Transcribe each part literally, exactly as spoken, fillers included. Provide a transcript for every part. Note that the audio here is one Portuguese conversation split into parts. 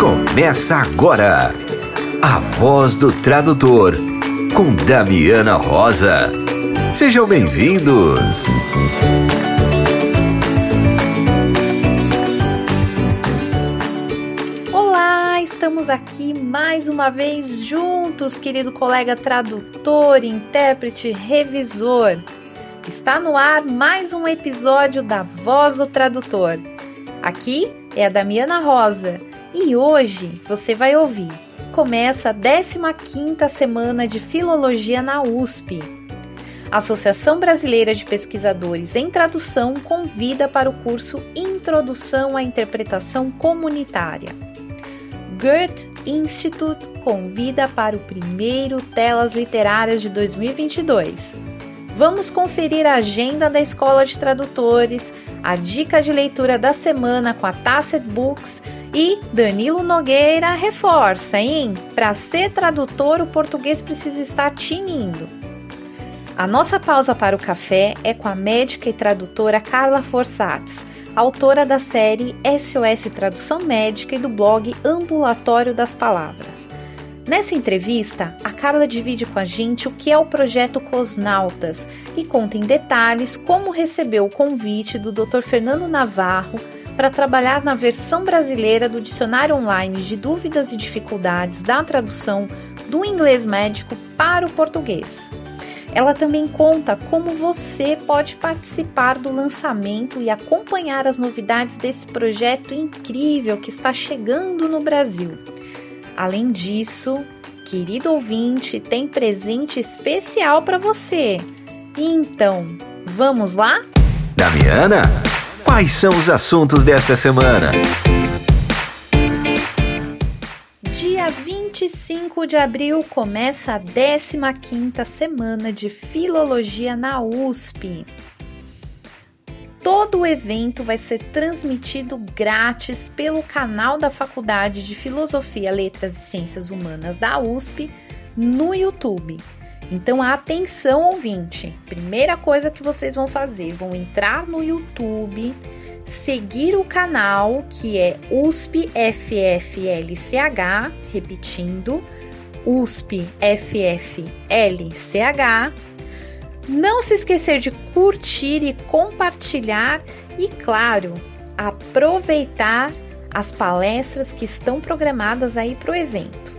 Começa agora A Voz do Tradutor, com Damiana Rosa. Sejam bem-vindos! Olá, estamos aqui mais uma vez juntos, querido colega tradutor, intérprete, revisor. Está no ar mais um episódio da Voz do Tradutor. Aqui é a Damiana Rosa e hoje você vai ouvir. Começa a décima quinta semana de Filologia na U S P. A Associação Brasileira de Pesquisadores em Tradução convida para o curso Introdução à Interpretação Comunitária. Goethe Institute convida para o primeiro Telas Literárias de dois mil e vinte e dois. Vamos conferir a agenda da Escola de Tradutores, a dica de leitura da semana com a Tacet Books e Danilo Nogueira reforça, hein? Para ser tradutor, o português precisa estar tinindo. A nossa pausa para o café é com a médica e tradutora Carla Forsatz, autora da série S O S Tradução Médica e do blog Ambulatório das Palavras. Nessa entrevista, a Carla divide com a gente o que é o projeto Cosnautas e conta em detalhes como recebeu o convite do doutor Fernando Navarro para trabalhar na versão brasileira do Dicionário Online de Dúvidas e Dificuldades da Tradução do Inglês Médico para o Português. Ela também conta como você pode participar do lançamento e acompanhar as novidades desse projeto incrível que está chegando no Brasil. Além disso, querido ouvinte, tem presente especial para você. Então, vamos lá? Damiana, quais são os assuntos desta semana? Dia vinte e cinco de abril começa a décima quinta semana de Filologia na U S P. Todo o evento vai ser transmitido grátis pelo canal da Faculdade de Filosofia, Letras e Ciências Humanas da U S P no YouTube. Então, atenção, ouvinte! Primeira coisa que vocês vão fazer, vão entrar no YouTube, seguir o canal que é U S P F F L C H, repetindo, U S P F F L C H. Não se esquecer de curtir e compartilhar e, claro, aproveitar as palestras que estão programadas aí para o evento.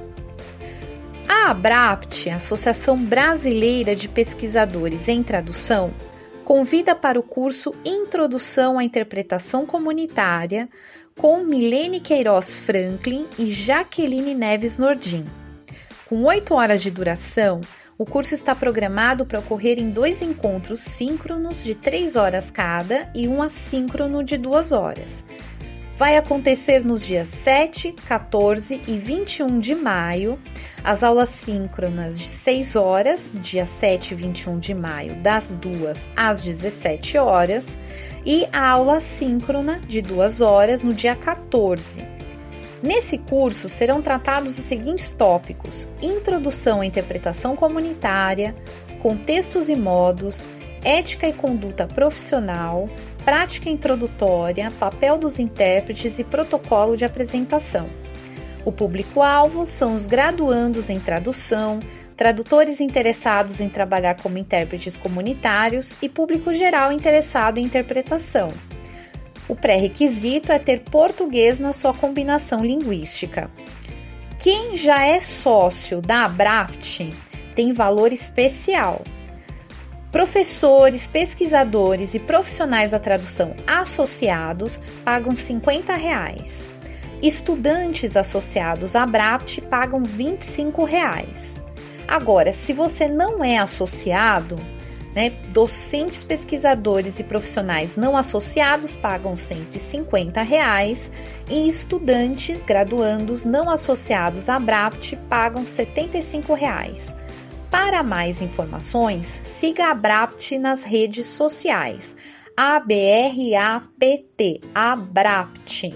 A ABRAPT, Associação Brasileira de Pesquisadores em Tradução, convida para o curso Introdução à Interpretação Comunitária com Milene Queiroz Franklin e Jaqueline Neves Nordin. Com oito horas de duração, o curso está programado para ocorrer em dois encontros síncronos de três horas cada e um assíncrono de duas horas. Vai acontecer nos dias sete, quatorze e vinte e um de maio, as aulas síncronas de seis horas, dia sete e vinte e um de maio, das duas às dezessete horas, e a aula síncrona de duas horas no dia quatorze. Nesse curso serão tratados os seguintes tópicos: Introdução à Interpretação Comunitária, Contextos e Modos, Ética e Conduta Profissional, Prática Introdutória, Papel dos Intérpretes e Protocolo de Apresentação. O público-alvo são os graduandos em tradução, tradutores interessados em trabalhar como intérpretes comunitários e público geral interessado em interpretação. O pré-requisito é ter português na sua combinação linguística. Quem já é sócio da ABRAPT tem valor especial. Professores, pesquisadores e profissionais da tradução associados pagam cinquenta reais. Estudantes associados à ABRAPT pagam vinte e cinco reais. Agora, se você não é associado, né, docentes, pesquisadores e profissionais não associados pagam cento e cinquenta reais e estudantes, graduandos não associados à ABRAPT pagam setenta e cinco reais. Para mais informações, siga a ABRAPT nas redes sociais, A B R A P T, ABRAPT.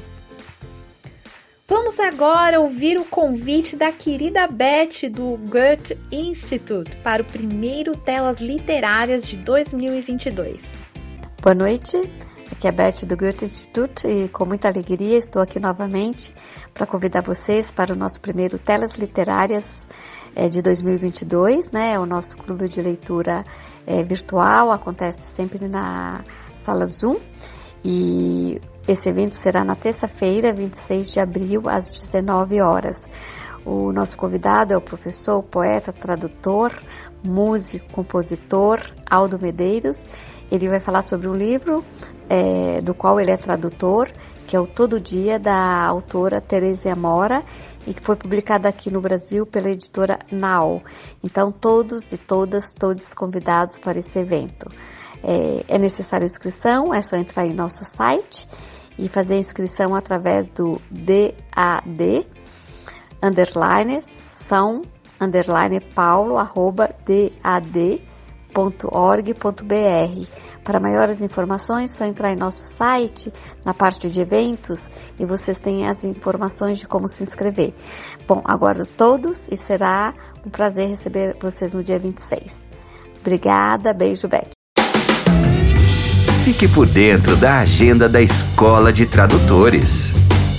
Vamos agora ouvir o convite da querida Beth do Goethe Institute para o primeiro Telas Literárias de dois mil e vinte e dois. Boa noite, Aqui é a Beth do Goethe Institut e com muita alegria estou aqui novamente para convidar vocês para o nosso primeiro Telas Literárias é, de dois mil e vinte e dois, né? É o nosso clube de leitura é, virtual, acontece sempre na sala Zoom e esse evento será na terça-feira, vinte e seis de abril, às dezenove horas. O nosso convidado é o professor, poeta, tradutor, músico, compositor Aldo Medeiros. Ele vai falar sobre um livro é, do qual ele é tradutor, que é o Todo Dia, da autora Teresa Mora, e que foi publicado aqui no Brasil pela editora Now. Então, todos e todas, todos convidados para esse evento. É, é necessária inscrição, é só entrar em nosso site e fazer a inscrição através do D A D, underline, são, underline, paulo, arroba, dad ponto org ponto br. Para maiores informações, é só entrar em nosso site, na parte de eventos, e vocês têm as informações de como se inscrever. Bom, aguardo todos e será um prazer receber vocês no dia vinte e seis. Obrigada, beijo, Beth. Fique por dentro da agenda da Escola de Tradutores.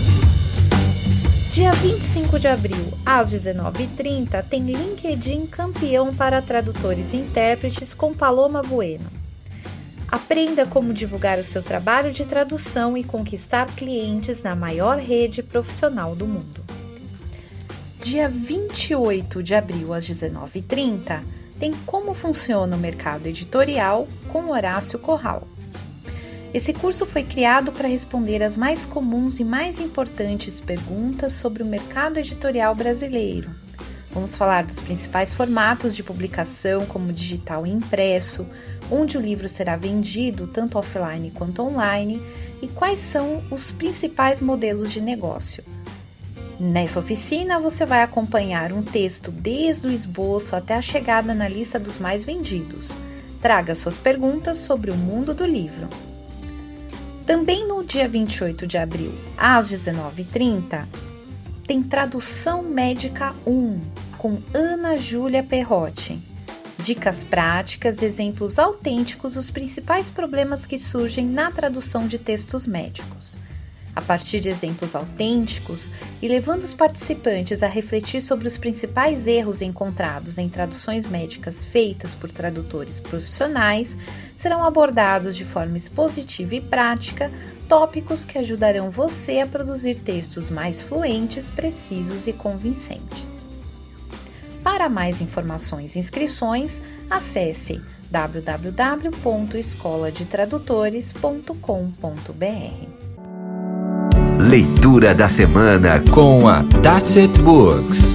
Dia vinte e cinco de abril, às dezenove e trinta, tem LinkedIn Campeão para Tradutores e Intérpretes com Paloma Bueno. Aprenda como divulgar o seu trabalho de tradução e conquistar clientes na maior rede profissional do mundo. Dia vinte e oito de abril, às dezenove e trinta, tem Como Funciona o Mercado Editorial com Horácio Corral. Esse curso foi criado para responder as mais comuns e mais importantes perguntas sobre o mercado editorial brasileiro. Vamos falar dos principais formatos de publicação, como digital e impresso, onde o livro será vendido tanto offline quanto online e quais são os principais modelos de negócio. Nessa oficina você vai acompanhar um texto desde o esboço até a chegada na lista dos mais vendidos. Traga suas perguntas sobre o mundo do livro. Também no dia vinte e oito de abril, às dezenove e trinta, tem Tradução Médica um, com Ana Júlia Perrotti. Dicas práticas, exemplos autênticos dos principais problemas que surgem na tradução de textos médicos. A partir de exemplos autênticos e levando os participantes a refletir sobre os principais erros encontrados em traduções médicas feitas por tradutores profissionais, serão abordados de forma expositiva e prática tópicos que ajudarão você a produzir textos mais fluentes, precisos e convincentes. Para mais informações e inscrições, acesse w w w ponto escola de tradutores ponto com ponto b r. Leitura da semana com a Tacit Books.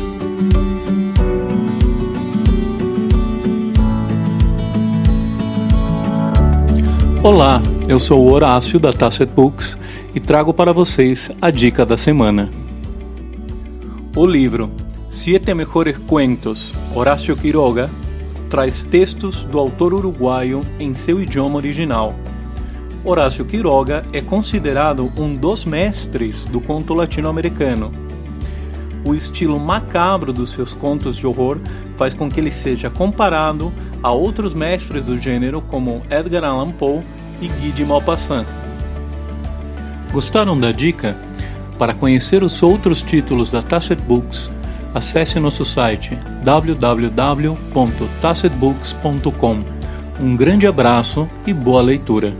Olá, eu sou o Horácio da Tacit Books e trago para vocês a dica da semana. O livro Siete Mejores Cuentos, Horácio Quiroga, traz textos do autor uruguaio em seu idioma original. Horácio Quiroga é considerado um dos mestres do conto latino-americano. O estilo macabro dos seus contos de horror faz com que ele seja comparado a outros mestres do gênero como Edgar Allan Poe e Guy de Maupassant. Gostaram da dica? Para conhecer os outros títulos da Tacit Books, acesse nosso site w w w ponto tacit books ponto com. Um grande abraço e boa leitura!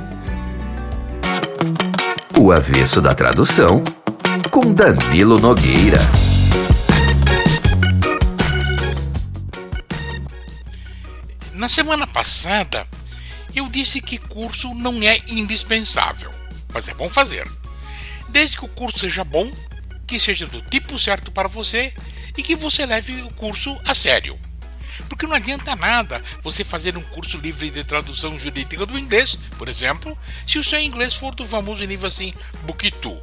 O Avesso da Tradução, com Danilo Nogueira. Na semana passada, eu disse que curso não é indispensável, mas é bom fazer. Desde que o curso seja bom, que seja do tipo certo para você e que você leve o curso a sério. Porque não adianta nada você fazer um curso livre de tradução jurídica do inglês, por exemplo, se o seu inglês for do famoso nível assim, Book dois.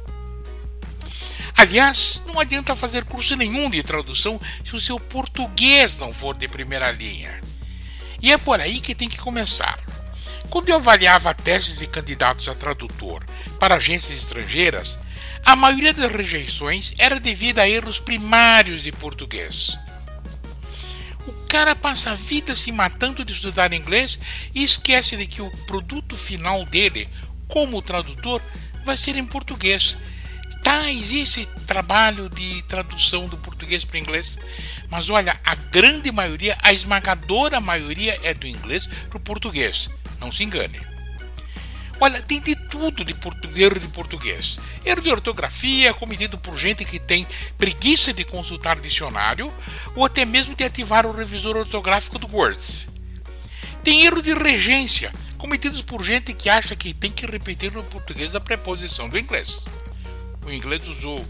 Aliás, não adianta fazer curso nenhum de tradução se o seu português não for de primeira linha. E é por aí que tem que começar. Quando eu avaliava testes de candidatos a tradutor para agências estrangeiras, a maioria das rejeições era devida a erros primários de português. O cara passa a vida se matando de estudar inglês e esquece de que o produto final dele, como tradutor, vai ser em português. Tá, existe trabalho de tradução do português para o inglês, mas olha, a grande maioria, a esmagadora maioria é do inglês para o português. Não se engane. Olha, tem de tudo de erro de português. Erro de ortografia cometido por gente que tem preguiça de consultar dicionário ou até mesmo de ativar o revisor ortográfico do Word. Tem erro de regência cometidos por gente que acha que tem que repetir no português a preposição do inglês. O inglês usou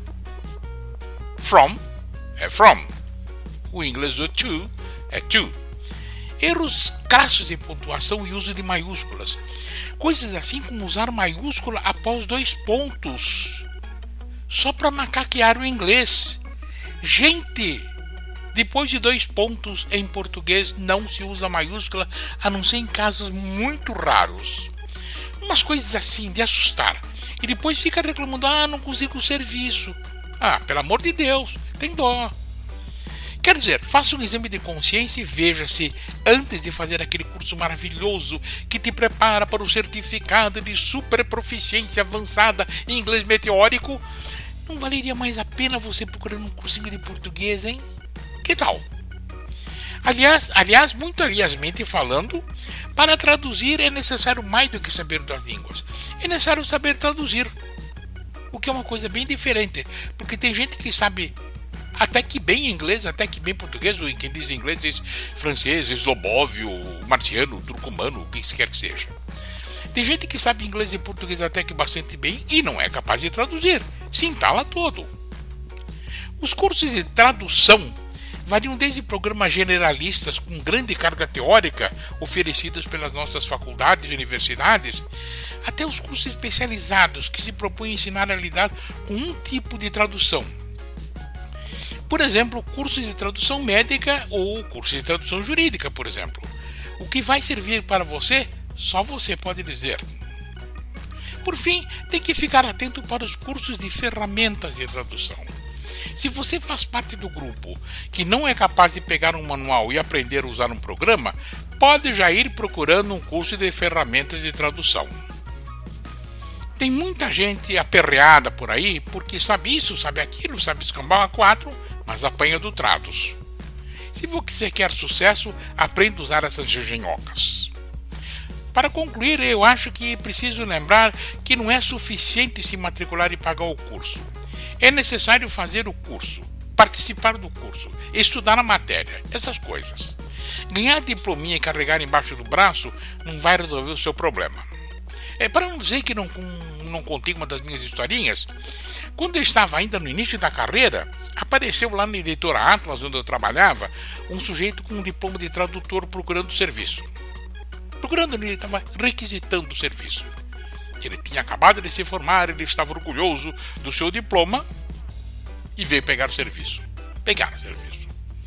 from, é from. O inglês usou to, é to. Erros crassos em pontuação e uso de maiúsculas. Coisas assim como usar maiúscula após dois pontos, só para macaquear o inglês. Gente, depois de dois pontos em português não se usa maiúscula, a não ser em casos muito raros. Umas coisas assim de assustar. E depois fica reclamando, ah, não consigo o serviço. Ah, pelo amor de Deus, tem dó. Quer dizer, faça um exame de consciência e veja se, antes de fazer aquele curso maravilhoso que te prepara para o certificado de superproficiência avançada em inglês meteórico, não valeria mais a pena você procurar um cursinho de português, hein? Que tal? Aliás, aliás, muito aliasmente falando, para traduzir é necessário mais do que saber das línguas. É necessário saber traduzir. O que é uma coisa bem diferente, porque tem gente que sabe até que bem inglês, até que bem português, ou quem diz inglês diz francês, eslovóvio, marciano, turcomano, o que quer que seja. Tem gente que sabe inglês e português até que bastante bem e não é capaz de traduzir, se entala todo. Os cursos de tradução variam desde programas generalistas com grande carga teórica oferecidos pelas nossas faculdades e universidades, até os cursos especializados que se propõem a ensinar a lidar com um tipo de tradução. Por exemplo, cursos de tradução médica ou cursos de tradução jurídica, por exemplo. O que vai servir para você, só você pode dizer. Por fim, tem que ficar atento para os cursos de ferramentas de tradução. Se você faz parte do grupo que não é capaz de pegar um manual e aprender a usar um programa, pode já ir procurando um curso de ferramentas de tradução. Tem muita gente aperreada por aí porque sabe isso, sabe aquilo, sabe escambau a quatro, mas apanha do Trados. Se você quer sucesso, aprenda a usar essas engenhocas. Para concluir, eu acho que preciso lembrar que não é suficiente se matricular e pagar o curso. É necessário fazer o curso, participar do curso, estudar a matéria, essas coisas. Ganhar diplominha e carregar embaixo do braço não vai resolver o seu problema. É, para não dizer que não, não contei uma das minhas historinhas, quando eu estava ainda no início da carreira, apareceu lá na editora Atlas, onde eu trabalhava, um sujeito com um diploma de tradutor procurando serviço. Procurando, ele estava requisitando o serviço. Ele tinha acabado de se formar, ele estava orgulhoso do seu diploma e veio pegar o serviço. Pegar o serviço.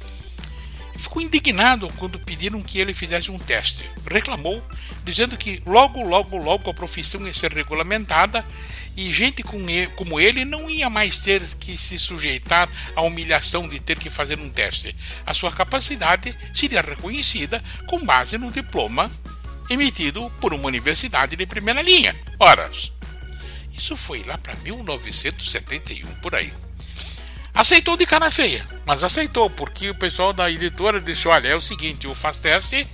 E ficou indignado quando pediram que ele fizesse um teste. Reclamou, dizendo que logo, logo, logo a profissão ia ser regulamentada e gente como ele não ia mais ter que se sujeitar à humilhação de ter que fazer um teste. A sua capacidade seria reconhecida com base no diploma emitido por uma universidade de primeira linha. Ora, isso foi lá para mil novecentos e setenta e um, por aí. Aceitou de cara feia, mas aceitou, porque o pessoal da editora disse, olha, é o seguinte, ou faz teste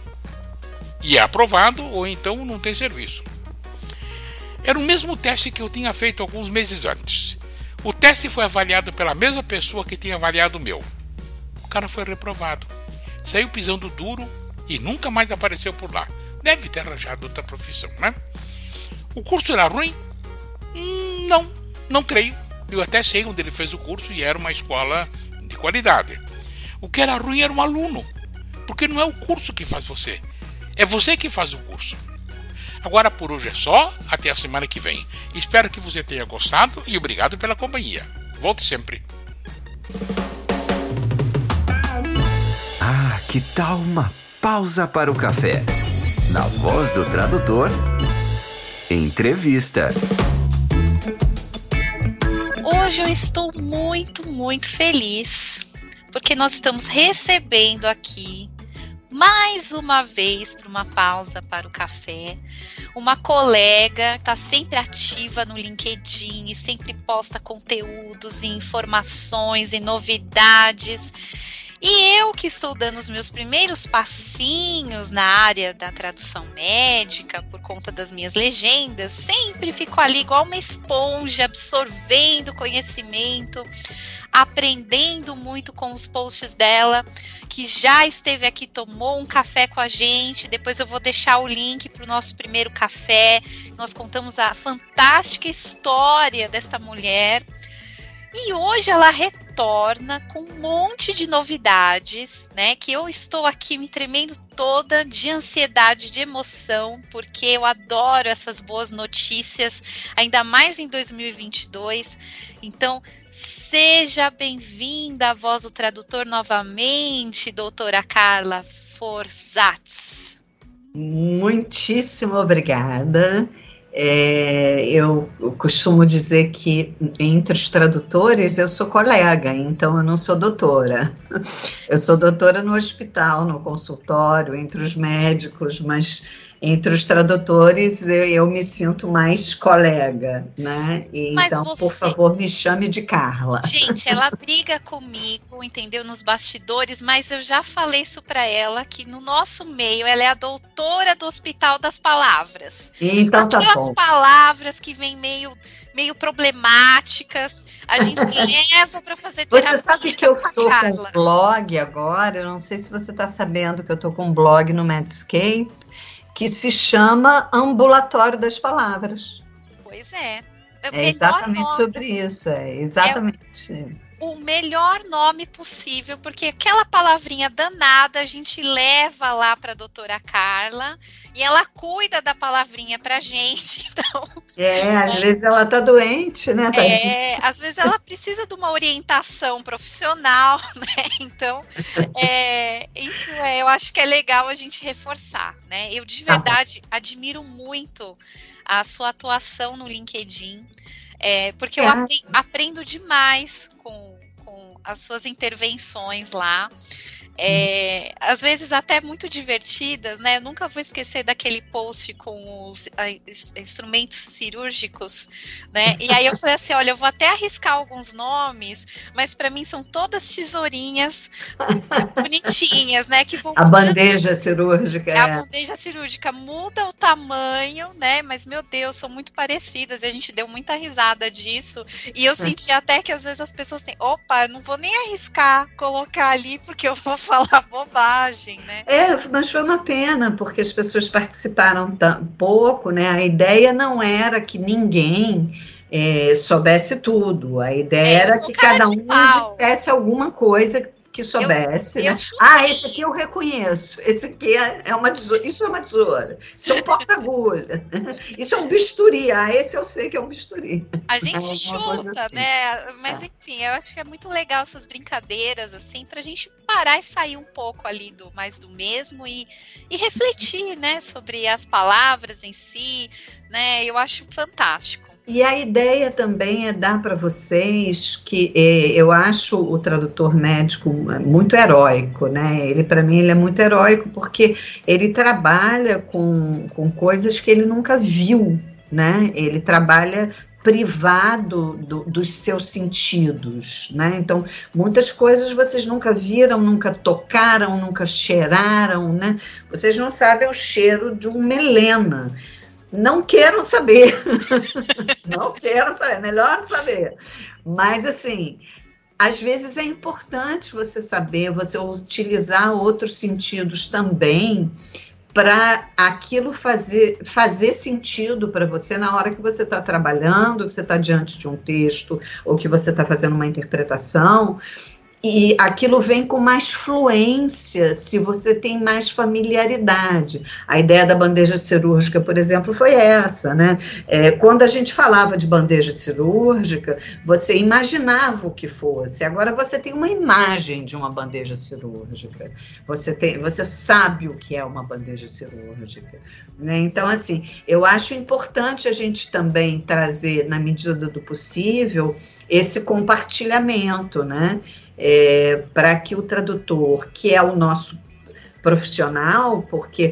e é aprovado, ou então não tem serviço. Era o mesmo teste que eu tinha feito alguns meses antes. O teste foi avaliado pela mesma pessoa que tinha avaliado o meu. O cara foi reprovado. Saiu pisando duro e nunca mais apareceu por lá. Deve ter arranjado outra profissão, né? O curso era ruim? Hum, não, não creio. Eu até sei onde ele fez o curso e era uma escola de qualidade. O que era ruim era um aluno, porque não é o curso que faz você, é você que faz o curso. Agora por hoje é só, até a semana que vem. Espero que você tenha gostado e obrigado pela companhia. Volte sempre. Ah, que tal uma pausa para o café? Na voz do tradutor, entrevista. Hoje eu estou muito, muito feliz, porque nós estamos recebendo aqui, mais uma vez, para uma pausa para o café, uma colega, está sempre ativa no LinkedIn e sempre posta conteúdos e informações e novidades. E eu que estou dando os meus primeiros passinhos na área da tradução médica, por conta das minhas legendas, sempre fico ali igual uma esponja, absorvendo conhecimento, aprendendo muito com os posts dela, que já esteve aqui, tomou um café com a gente. Depois eu vou deixar o link para o nosso primeiro café. Nós contamos a fantástica história desta mulher. E hoje ela retorna com um monte de novidades, né? Que eu estou aqui me tremendo toda de ansiedade, de emoção, porque eu adoro essas boas notícias, ainda mais em dois mil e vinte e dois. Então, seja bem-vinda à Voz do Tradutor novamente, doutora Carla Forzats. Muitíssimo obrigada. É, eu, eu costumo dizer que entre os tradutores eu sou colega, então eu não sou doutora. Eu sou doutora no hospital, no consultório, entre os médicos, mas entre os tradutores eu, eu me sinto mais colega, né? E, então, você... por favor, me chame de Carla. Gente, ela briga comigo, entendeu? Nos bastidores, mas eu já falei isso para ela, que no nosso meio ela é a doutora do Hospital das Palavras. Então tá bom. Aquelas palavras que vêm meio, meio problemáticas, a gente leva para fazer terapia. Você sabe que eu estou com um blog agora, eu não sei se você está sabendo que eu estou com um blog no Medscape, que se chama Ambulatório das Palavras. Pois é. É exatamente nome, sobre isso, é exatamente. É o melhor nome possível, porque aquela palavrinha danada a gente leva lá para a doutora Carla e ela cuida da palavrinha pra gente. Então, é, às é, vezes ela tá doente, né, tadinha? É, às vezes ela precisa de uma orientação profissional, né? Então, é, isso é, eu acho que é legal a gente reforçar, né? Eu de verdade ah. admiro muito a sua atuação no LinkedIn. É, porque eu aprendo, aprendo demais com, com as suas intervenções lá. É, às vezes até muito divertidas, né? Eu nunca vou esquecer daquele post com os a, instrumentos cirúrgicos, né? E aí eu falei assim, olha, eu vou até arriscar alguns nomes, mas para mim são todas tesourinhas bonitinhas, né? Que vão a mudando. bandeja cirúrgica. A é. bandeja cirúrgica muda o tamanho, né? Mas, meu Deus, são muito parecidas. E a gente deu muita risada disso. E eu senti até que às vezes as pessoas têm, opa, eu não vou nem arriscar colocar ali, porque eu vou falar bobagem, né? É, mas foi uma pena, porque as pessoas participaram tão pouco, né? A ideia não era que ninguém é, soubesse tudo. A ideia é, era que cada um pau. dissesse alguma coisa que soubesse, eu, né? Eu ah, esse aqui eu reconheço, esse aqui é, é uma tesoura, isso é uma tesoura, isso é um porta-agulha, isso é um bisturi, ah, esse eu sei que é um bisturi. A gente é chuta, assim. né? Mas enfim, eu acho que é muito legal essas brincadeiras, assim, pra gente parar e sair um pouco ali do mais do mesmo e, e refletir, né, sobre as palavras em si, né? Eu acho fantástico. E a ideia também é dar para vocês que eh, eu acho o tradutor médico muito heróico, né? Ele, para mim, ele é muito heróico porque ele trabalha com, com coisas que ele nunca viu, né? Ele trabalha privado do, dos seus sentidos, né? Então, muitas coisas vocês nunca viram, nunca tocaram, nunca cheiraram, né? Vocês não sabem o cheiro de um melena. Não quero saber, não quero saber, melhor não saber. Mas, assim, às vezes é importante você saber, você utilizar outros sentidos também para aquilo fazer, fazer sentido para você na hora que você está trabalhando, você está diante de um texto ou que você está fazendo uma interpretação. E aquilo vem com mais fluência se você tem mais familiaridade. A ideia da bandeja cirúrgica, por exemplo, foi essa, né? É, quando a gente falava de bandeja cirúrgica, você imaginava o que fosse. Agora você tem uma imagem de uma bandeja cirúrgica. Você, tem, você sabe o que é uma bandeja cirúrgica, né? Então, assim, eu acho importante a gente também trazer, na medida do possível, esse compartilhamento, né? É, para que o tradutor, que é o nosso profissional, porque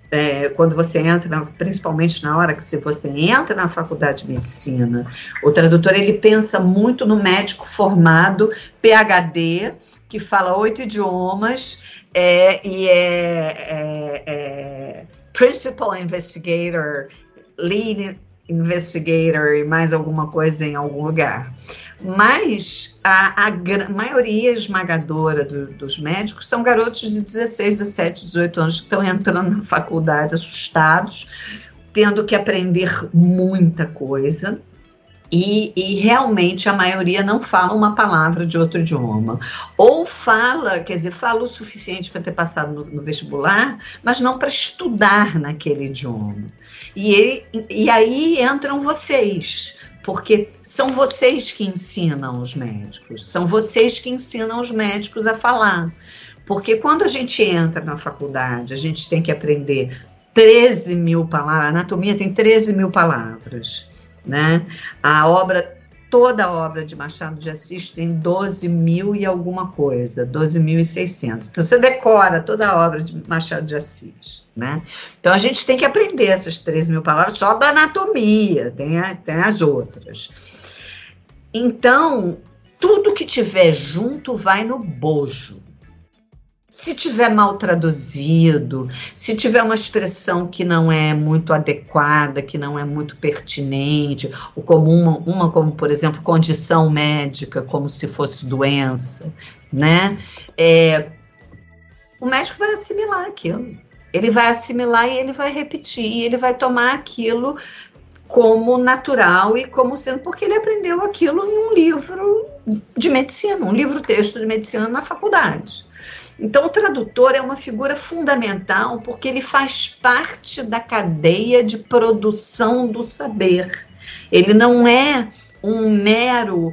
É, quando você entra, principalmente na hora que você entra na faculdade de medicina, o tradutor ele pensa muito no médico formado, P H D, que fala oito idiomas é, e é, é, é Principal Investigator, Lead Investigator e mais alguma coisa em algum lugar. Mas a, a, a maioria esmagadora do, dos médicos são garotos de dezesseis, dezessete, dezoito anos que estão entrando na faculdade assustados, tendo que aprender muita coisa. E, e realmente a maioria não fala uma palavra de outro idioma. Ou fala, quer dizer, fala o suficiente para ter passado no, no vestibular, mas não para estudar naquele idioma. E, ele, e aí entram vocês, porque são vocês que ensinam os médicos, são vocês que ensinam os médicos a falar. Porque quando a gente entra na faculdade, a gente tem que aprender treze mil palavras, a anatomia tem treze mil palavras. Né? A obra, toda a obra de Machado de Assis tem doze mil e alguma coisa, doze mil e seiscentos. Então você decora toda a obra de Machado de Assis, né? Então a gente tem que aprender essas treze mil palavras só da anatomia, tem, a, tem as outras. Então, tudo que tiver junto vai no bojo. Se tiver mal traduzido, se tiver uma expressão que não é muito adequada, que não é muito pertinente, ou como uma, uma como, por exemplo, condição médica, como se fosse doença, né? É, o médico vai assimilar aquilo. Ele vai assimilar e ele vai repetir, e ele vai tomar aquilo como natural e como sendo, porque ele aprendeu aquilo em um livro de medicina, um livro-texto de medicina na faculdade. Então, o tradutor é uma figura fundamental porque ele faz parte da cadeia de produção do saber. Ele não é um mero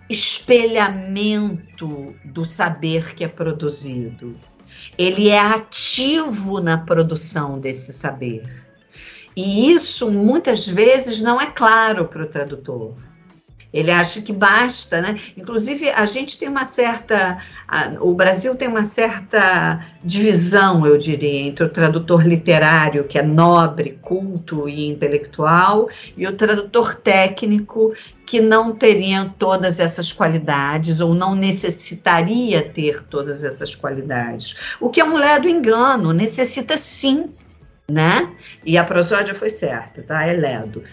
espelhamento do saber que é produzido. Ele é ativo na produção desse saber. E isso, muitas vezes, não é claro para o tradutor. Ele acha que basta, né? Inclusive, a gente tem uma certa... A, o Brasil tem uma certa divisão, eu diria, entre o tradutor literário, que é nobre, culto e intelectual, e o tradutor técnico, que não teria todas essas qualidades, ou não necessitaria ter todas essas qualidades. O que é um ledo engano, necessita sim, né? E a prosódia foi certa, tá? É ledo.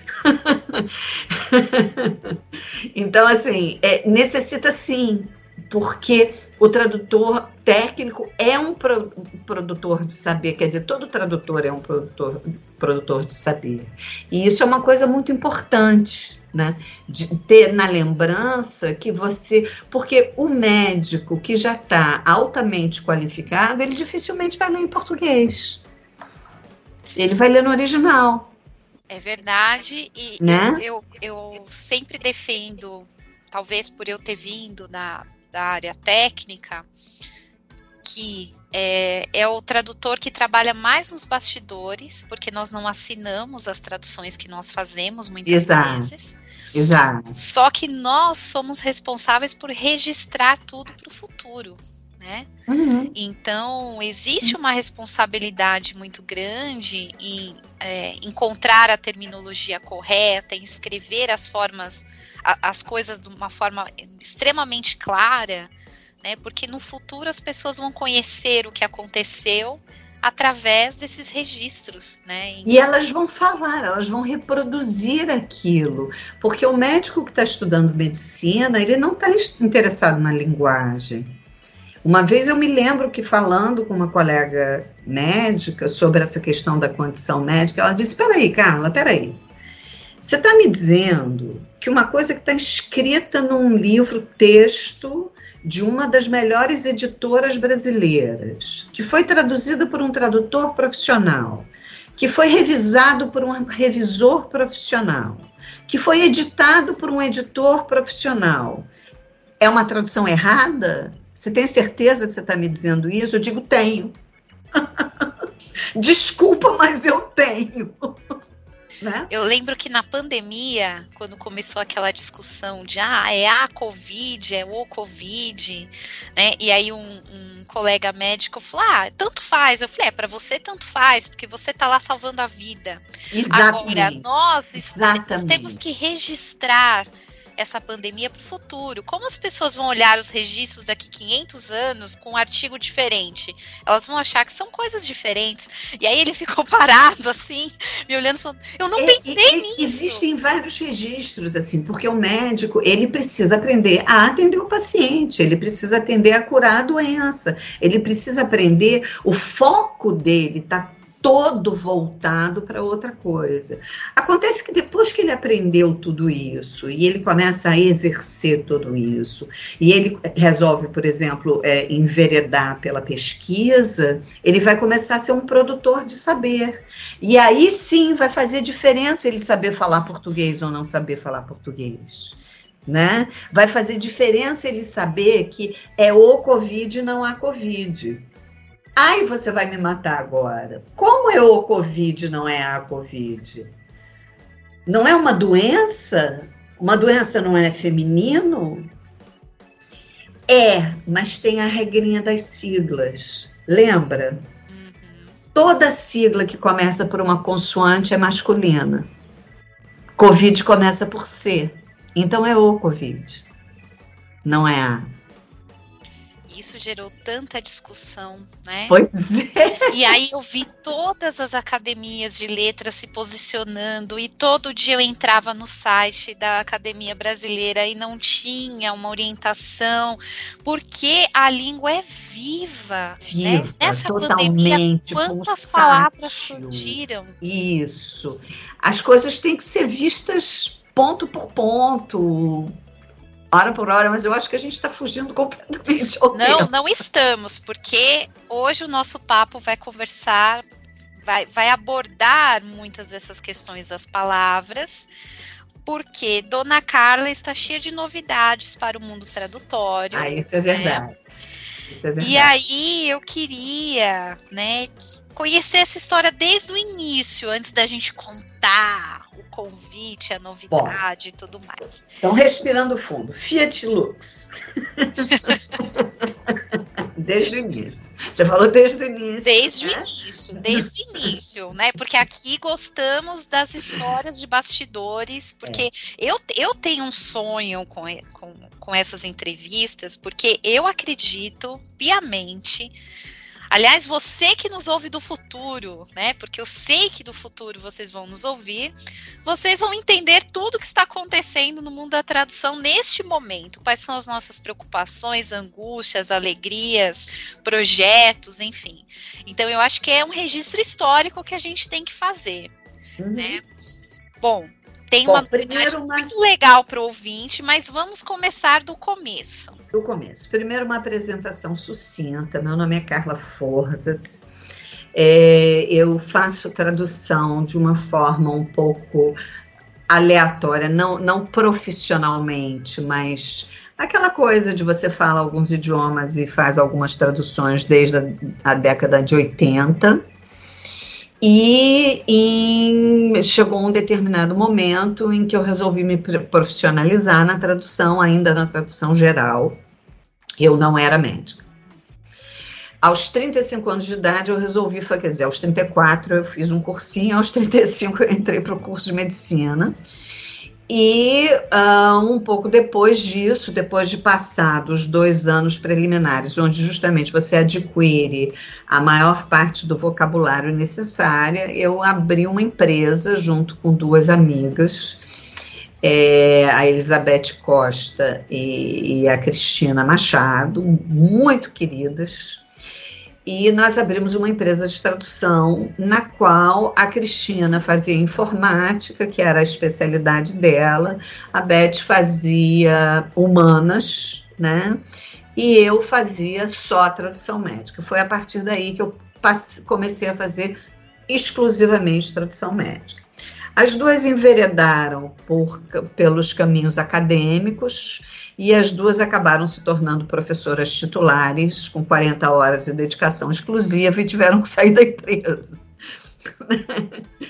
Então, assim, é, necessita sim, porque o tradutor técnico é um pro, produtor de saber, quer dizer, todo tradutor é um produtor, produtor de saber. E isso é uma coisa muito importante, né? De ter na lembrança que você... Porque o médico que já está altamente qualificado, ele dificilmente vai ler em português. Ele vai ler no original. É verdade, e né? eu, eu, eu sempre defendo, talvez por eu ter vindo da, da área técnica, que é, é o tradutor que trabalha mais nos bastidores, porque nós não assinamos as traduções que nós fazemos muitas Exato. vezes. Exato. Só que nós somos responsáveis por registrar tudo para o futuro. Né? Uhum. Então, existe uma responsabilidade muito grande em é, encontrar a terminologia correta, em escrever as formas, a, as coisas de uma forma extremamente clara, né? Porque no futuro as pessoas vão conhecer o que aconteceu através desses registros, né? Então, e elas vão falar, elas vão reproduzir aquilo, porque o médico que está estudando medicina, ele não está interessado na linguagem. Uma vez eu me lembro que falando com uma colega médica sobre essa questão da condição médica, ela disse, peraí, Carla, peraí, você está me dizendo que uma coisa que está escrita num livro-texto de uma das melhores editoras brasileiras, que foi traduzida por um tradutor profissional, que foi revisado por um revisor profissional, que foi editado por um editor profissional, é uma tradução errada? Você tem certeza que você está me dizendo isso? Eu digo, tenho. Desculpa, mas eu tenho. Né? Eu lembro que na pandemia, quando começou aquela discussão de ah, é a Covid, é o Covid, né? E aí um, um colega médico falou, ah, tanto faz. Eu falei, é, para você tanto faz, porque você tá lá salvando a vida. Exatamente. Agora, nós, Exatamente. nós temos que registrar essa pandemia para o futuro. Como as pessoas vão olhar os registros daqui quinhentos anos com um artigo diferente? Elas vão achar que são coisas diferentes. E aí ele ficou parado assim, me olhando, falando, eu não é, pensei é, nisso. Existem vários registros, assim, porque o médico, ele precisa aprender a atender o paciente, ele precisa aprender a curar a doença, ele precisa aprender, o foco dele está todo voltado para outra coisa. Acontece que depois que ele aprendeu tudo isso, e ele começa a exercer tudo isso, e ele resolve, por exemplo, é, enveredar pela pesquisa, ele vai começar a ser um produtor de saber. E aí sim vai fazer diferença ele saber falar português ou não saber falar português. Né? Vai fazer diferença ele saber que é o Covid e não há Covid. Ai, você vai me matar agora. Como é o Covid, não é a Covid? Não é uma doença? Uma doença não é feminino? É, mas tem a regrinha das siglas. Lembra? Uhum. Toda sigla que começa por uma consoante é masculina. Covid começa por C. Então é o Covid. Não é a. Isso gerou tanta discussão, né? Pois é. E aí eu vi todas as academias de letras se posicionando e todo dia eu entrava no site da Academia Brasileira e não tinha uma orientação, porque a língua é viva. Viva, né? Nessa totalmente pandemia, quantas pulsátil. palavras surgiram? Isso. As coisas têm que ser vistas ponto por ponto, hora por hora, mas eu acho que a gente está fugindo completamente ao Não, tempo. não estamos, porque hoje o nosso papo vai conversar, vai, vai abordar muitas dessas questões das palavras, porque Dona Carla está cheia de novidades para o mundo tradutório. Ah, isso é verdade. Né? Isso é verdade. E aí eu queria, né, conhecer essa história desde o início, antes da gente contar o convite, a novidade. Bom, e tudo mais. Então, respirando fundo. Fiat Lux. Desde o início. Você falou desde o início. Desde né? o início, desde o início, né? Porque aqui gostamos das histórias de bastidores, porque é. eu, eu tenho um sonho com, com, com essas entrevistas, porque eu acredito piamente. Aliás, você que nos ouve do futuro, né? Porque eu sei que do futuro vocês vão nos ouvir, vocês vão entender tudo que está acontecendo no mundo da tradução neste momento. Quais são as nossas preocupações, angústias, alegrias, projetos, enfim. Então, eu acho que é um registro histórico que a gente tem que fazer. Uhum. Né? Bom, tem Bom, uma novidade uma... muito legal para o ouvinte, mas vamos começar do começo. Do começo. Primeiro, uma apresentação sucinta. Meu nome é Carla Forzatz. É, eu faço tradução de uma forma um pouco aleatória, não, não profissionalmente, mas aquela coisa de você fala alguns idiomas e faz algumas traduções desde a, a década de oitenta. E em, chegou um determinado momento em que eu resolvi me profissionalizar na tradução, ainda na tradução geral. Eu não era médica. Aos trinta e cinco anos de idade eu resolvi, quer dizer, aos trinta e quatro eu fiz um cursinho, aos trinta e cinco eu entrei para o curso de medicina. E uh, um pouco depois disso, depois de passados dois anos preliminares, onde justamente você adquire a maior parte do vocabulário necessário, eu abri uma empresa junto com duas amigas, é, a Elizabeth Costa e, e a Cristina Machado, muito queridas. E nós abrimos uma empresa de tradução na qual a Cristina fazia informática, que era a especialidade dela, a Beth fazia humanas, né? E eu fazia só a tradução médica. Foi a partir daí que eu passe, comecei a fazer exclusivamente tradução médica. As duas enveredaram por, pelos caminhos acadêmicos e as duas acabaram se tornando professoras titulares com quarenta horas de dedicação exclusiva e tiveram que sair da empresa.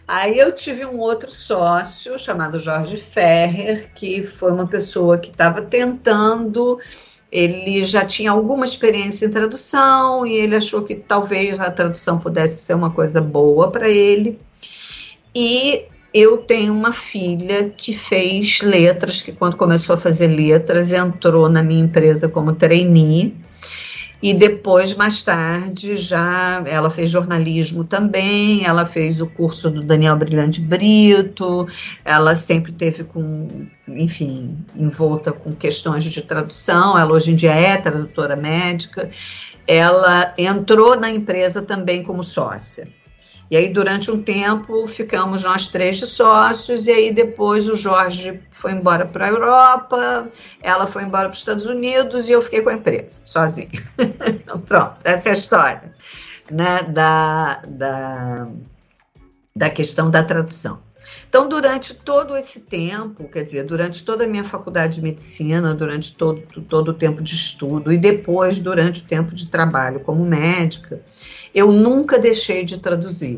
Aí eu tive um outro sócio chamado Jorge Ferrer, que foi uma pessoa que estava tentando, ele já tinha alguma experiência em tradução e ele achou que talvez a tradução pudesse ser uma coisa boa para ele. E eu tenho uma filha que fez letras, que quando começou a fazer letras entrou na minha empresa como trainee. E depois, mais tarde, já ela fez jornalismo também, ela fez o curso do Daniel Brilhante Brito, ela sempre teve com, enfim, envolta com questões de tradução, ela hoje em dia é tradutora médica, ela entrou na empresa também como sócia. E aí, durante um tempo, ficamos nós três de sócios, e aí depois o Jorge foi embora para a Europa, ela foi embora para os Estados Unidos, e eu fiquei com a empresa, sozinha. Pronto, essa é a história, né, da, da, da questão da tradução. Então, durante todo esse tempo, quer dizer, durante toda a minha faculdade de medicina, durante todo, todo o tempo de estudo, e depois, durante o tempo de trabalho como médica, eu nunca deixei de traduzir.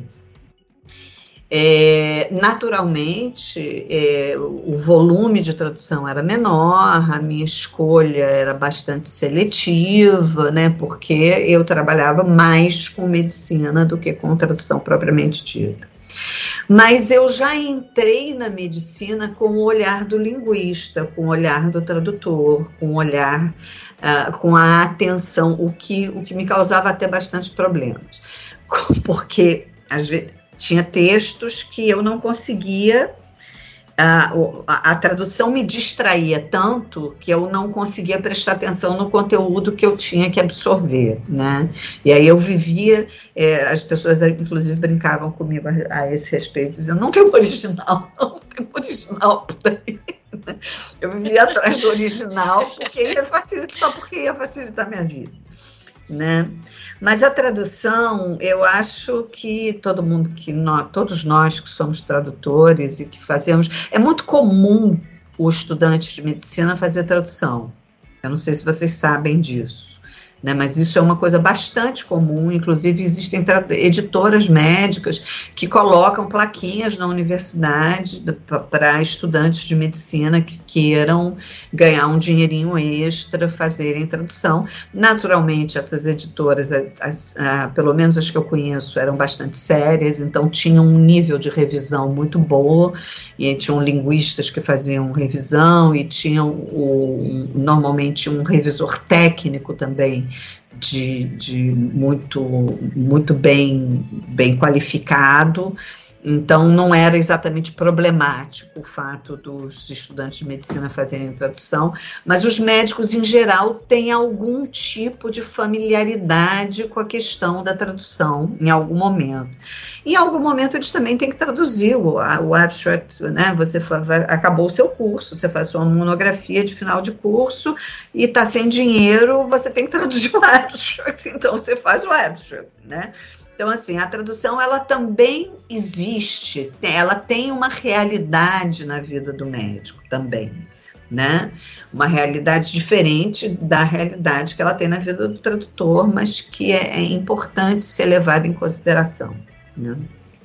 É, naturalmente, é, o volume de tradução era menor, a minha escolha era bastante seletiva, né, porque eu trabalhava mais com medicina do que com tradução propriamente dita. Mas eu já entrei na medicina com o olhar do linguista, com o olhar do tradutor, com o olhar, uh, com a atenção, o que, o que me causava até bastante problemas. Porque, às vezes, tinha textos que eu não conseguia, uh, a, a tradução me distraía tanto que eu não conseguia prestar atenção no conteúdo que eu tinha que absorver, né? E aí eu vivia, é, as pessoas inclusive brincavam comigo a, a esse respeito, dizendo, não tem original, não tem original por aí. Eu vivia atrás do original porque ia facilitar, só porque ia facilitar a minha vida, né? Mas a tradução, eu acho que todo mundo, que nós, todos nós que somos tradutores e que fazemos, é muito comum o estudante de medicina fazer tradução. Eu não sei se vocês sabem disso, né? Mas isso é uma coisa bastante comum, inclusive existem editoras médicas que colocam plaquinhas na universidade para estudantes de medicina que queiram ganhar um dinheirinho extra, fazerem tradução. Naturalmente, essas editoras, as, a, pelo menos as que eu conheço, eram bastante sérias, então tinham um nível de revisão muito boa, e tinham linguistas que faziam revisão, e tinham o, normalmente um revisor técnico também, de, de muito, muito bem, bem qualificado. Então, não era exatamente problemático o fato dos estudantes de medicina fazerem tradução, mas os médicos, em geral, têm algum tipo de familiaridade com a questão da tradução, em algum momento. Em algum momento, eles também têm que traduzir o, o abstract, né? Você fa- acabou o seu curso, você faz sua monografia de final de curso e está sem dinheiro, você tem que traduzir o abstract, então você faz o abstract, né? Então, assim, a tradução, ela também existe, ela tem uma realidade na vida do médico também, né? Uma realidade diferente da realidade que ela tem na vida do tradutor, mas que é, é importante ser levada em consideração, né?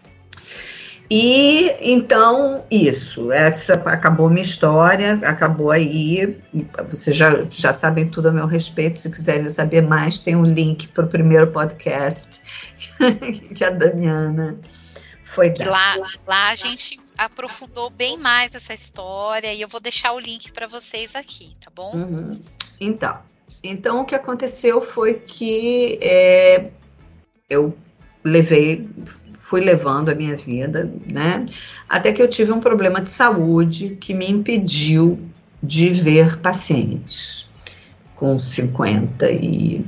E, então, isso, essa acabou minha história, acabou aí, vocês já, já sabem tudo a meu respeito, se quiserem saber mais, tem um link para o primeiro podcast que a Damiana foi dar. Lá, lá a gente aprofundou bem mais essa história, e eu vou deixar o link para vocês aqui, tá bom? Uhum. Então, então, o que aconteceu foi que é, eu levei... fui levando a minha vida, né? Até que eu tive um problema de saúde que me impediu de ver pacientes com cinquenta e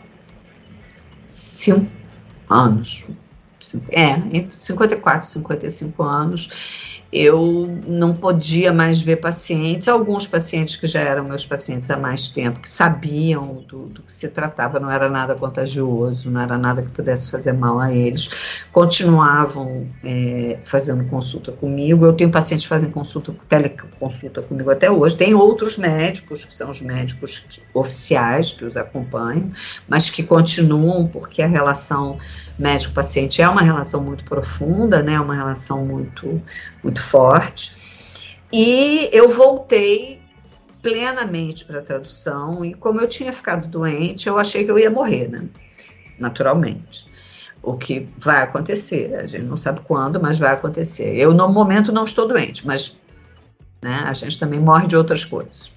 cinco anos. É, entre cinquenta e quatro e cinquenta e cinco anos, eu não podia mais ver pacientes, alguns pacientes que já eram meus pacientes há mais tempo, que sabiam do, do que se tratava, não era nada contagioso, não era nada que pudesse fazer mal a eles, continuavam é, fazendo consulta comigo. Eu tenho pacientes que fazem consulta, teleconsulta comigo até hoje, tem outros médicos, que são os médicos que, oficiais que os acompanham, mas que continuam, porque a relação médico-paciente é uma relação muito profunda, né, uma relação muito, muito forte. E eu voltei plenamente para a tradução, e como eu tinha ficado doente, eu achei que eu ia morrer, né, naturalmente. O que vai acontecer, a gente não sabe quando, mas vai acontecer. Eu, no momento, não estou doente, mas, né, a gente também morre de outras coisas.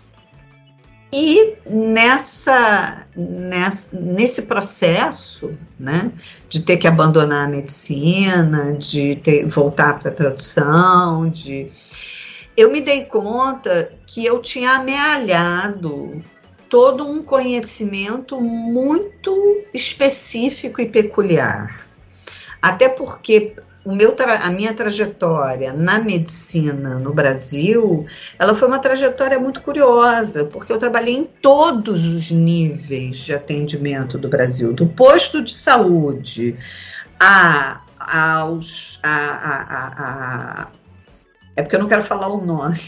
E nessa, nessa, nesse processo, né, de ter que abandonar a medicina, de ter, voltar para a tradução, de, eu me dei conta que eu tinha amealhado todo um conhecimento muito específico e peculiar. Até porque o meu tra- a minha trajetória na medicina no Brasil, ela foi uma trajetória muito curiosa, porque eu trabalhei em todos os níveis de atendimento do Brasil, do posto de saúde a, aos... A, a, a, a, é porque eu não quero falar o nome,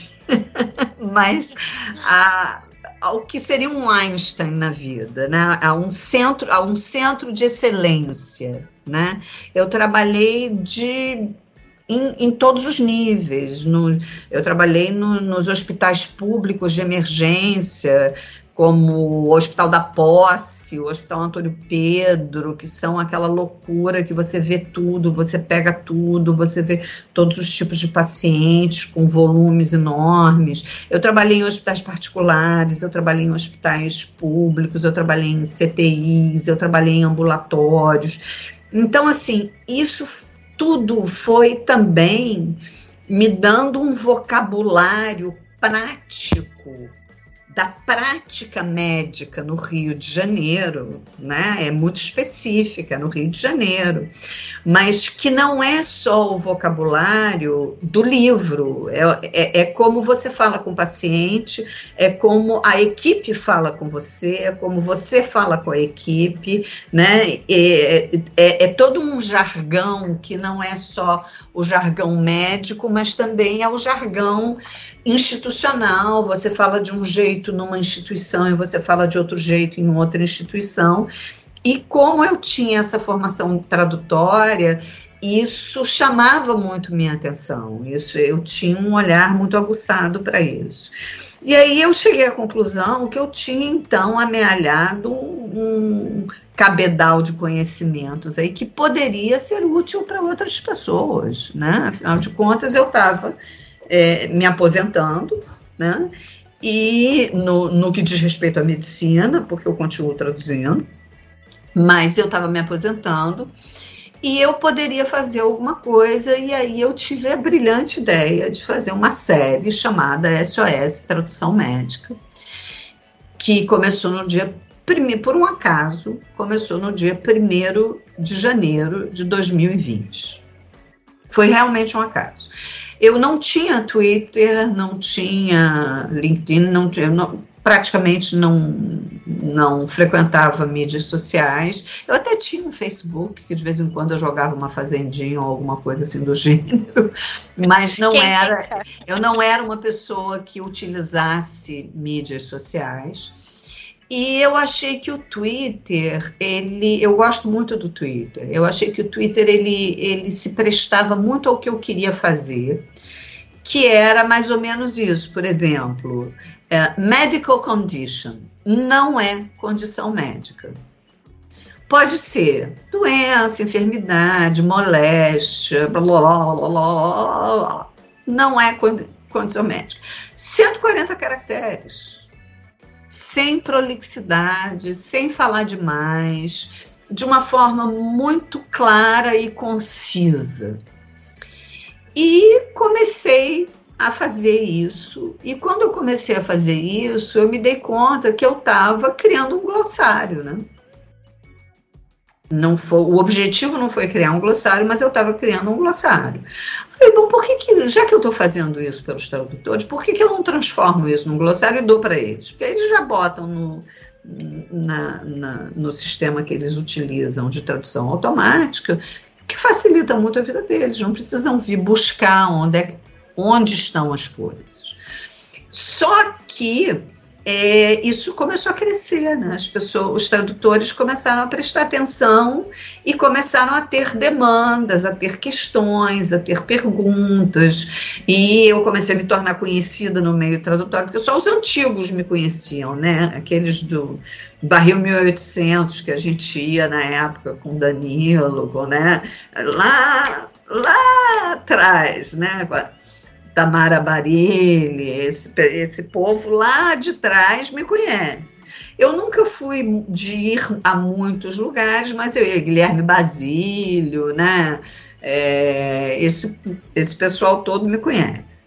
mas a... ao que seria um Einstein na vida, né? a, um centro, a um centro de excelência. Né? Eu trabalhei de, em, em todos os níveis. No, eu trabalhei no, nos hospitais públicos de emergência, como o Hospital da Posse, o Hospital Antônio Pedro, que são aquela loucura que você vê tudo, você pega tudo, você vê todos os tipos de pacientes com volumes enormes. Eu trabalhei em hospitais particulares, eu trabalhei em hospitais públicos, eu trabalhei em C T Is, eu trabalhei em ambulatórios. Então, assim, isso tudo foi também me dando um vocabulário prático da prática médica no Rio de Janeiro, né? É muito específica no Rio de Janeiro, mas que não é só o vocabulário do livro, é, é, é como você fala com o paciente, é como a equipe fala com você, é como você fala com a equipe, né? É, é, é todo um jargão que não é só o jargão médico, mas também é o jargão institucional. Você fala de um jeito numa instituição e você fala de outro jeito em outra instituição. E como eu tinha essa formação tradutória, isso chamava muito minha atenção. Isso, eu tinha um olhar muito aguçado para isso. E aí eu cheguei à conclusão que eu tinha, então, amealhado um cabedal de conhecimentos aí que poderia ser útil para outras pessoas, né? Afinal de contas, eu estava é, me aposentando, né? E no, no que diz respeito à medicina, porque eu continuo traduzindo, mas eu estava me aposentando e eu poderia fazer alguma coisa, e aí eu tive a brilhante ideia de fazer uma série chamada S O S Tradução Médica, que começou no dia primeiro, por um acaso, começou no dia primeiro de janeiro de dois mil e vinte. Foi realmente um acaso. Eu não tinha Twitter, não tinha LinkedIn, não tinha, não, praticamente não, não frequentava mídias sociais. Eu até tinha um Facebook, que de vez em quando eu jogava uma fazendinha ou alguma coisa assim do gênero, mas não era, eu não era uma pessoa que utilizasse mídias sociais. E eu achei que o Twitter, ele, eu gosto muito do Twitter, eu achei que o Twitter ele, ele se prestava muito ao que eu queria fazer, que era mais ou menos isso. Por exemplo, uh, medical condition não é condição médica. Pode ser doença, enfermidade, moléstia, blá, blá, blá, blá, blá, não é condição médica. cento e quarenta caracteres. Sem prolixidade, sem falar demais, de uma forma muito clara e concisa. E comecei a fazer isso, e quando eu comecei a fazer isso, eu me dei conta que eu estava criando um glossário, né? Não foi, o objetivo não foi criar um glossário, mas eu estava criando um glossário. Falei, bom, por que, que já que eu estou fazendo isso pelos tradutores, por que, que eu não transformo isso num glossário e dou para eles? Porque eles já botam no, na, na, no sistema que eles utilizam de tradução automática, que facilita muito a vida deles, não precisam vir buscar onde, é, onde estão as coisas. Só que É, isso começou a crescer, né? As pessoas, os tradutores começaram a prestar atenção e começaram a ter demandas, a ter questões, a ter perguntas, e eu comecei a me tornar conhecida no meio tradutório, porque só os antigos me conheciam, né? Aqueles do Barril mil e oitocentos que a gente ia na época com Danilo, com, né? lá, lá atrás, né? Tamara Barilli, esse, esse povo lá de trás me conhece. Eu nunca fui de ir a muitos lugares, mas eu ia, Guilherme Basílio, né? É, esse, esse pessoal todo me conhece.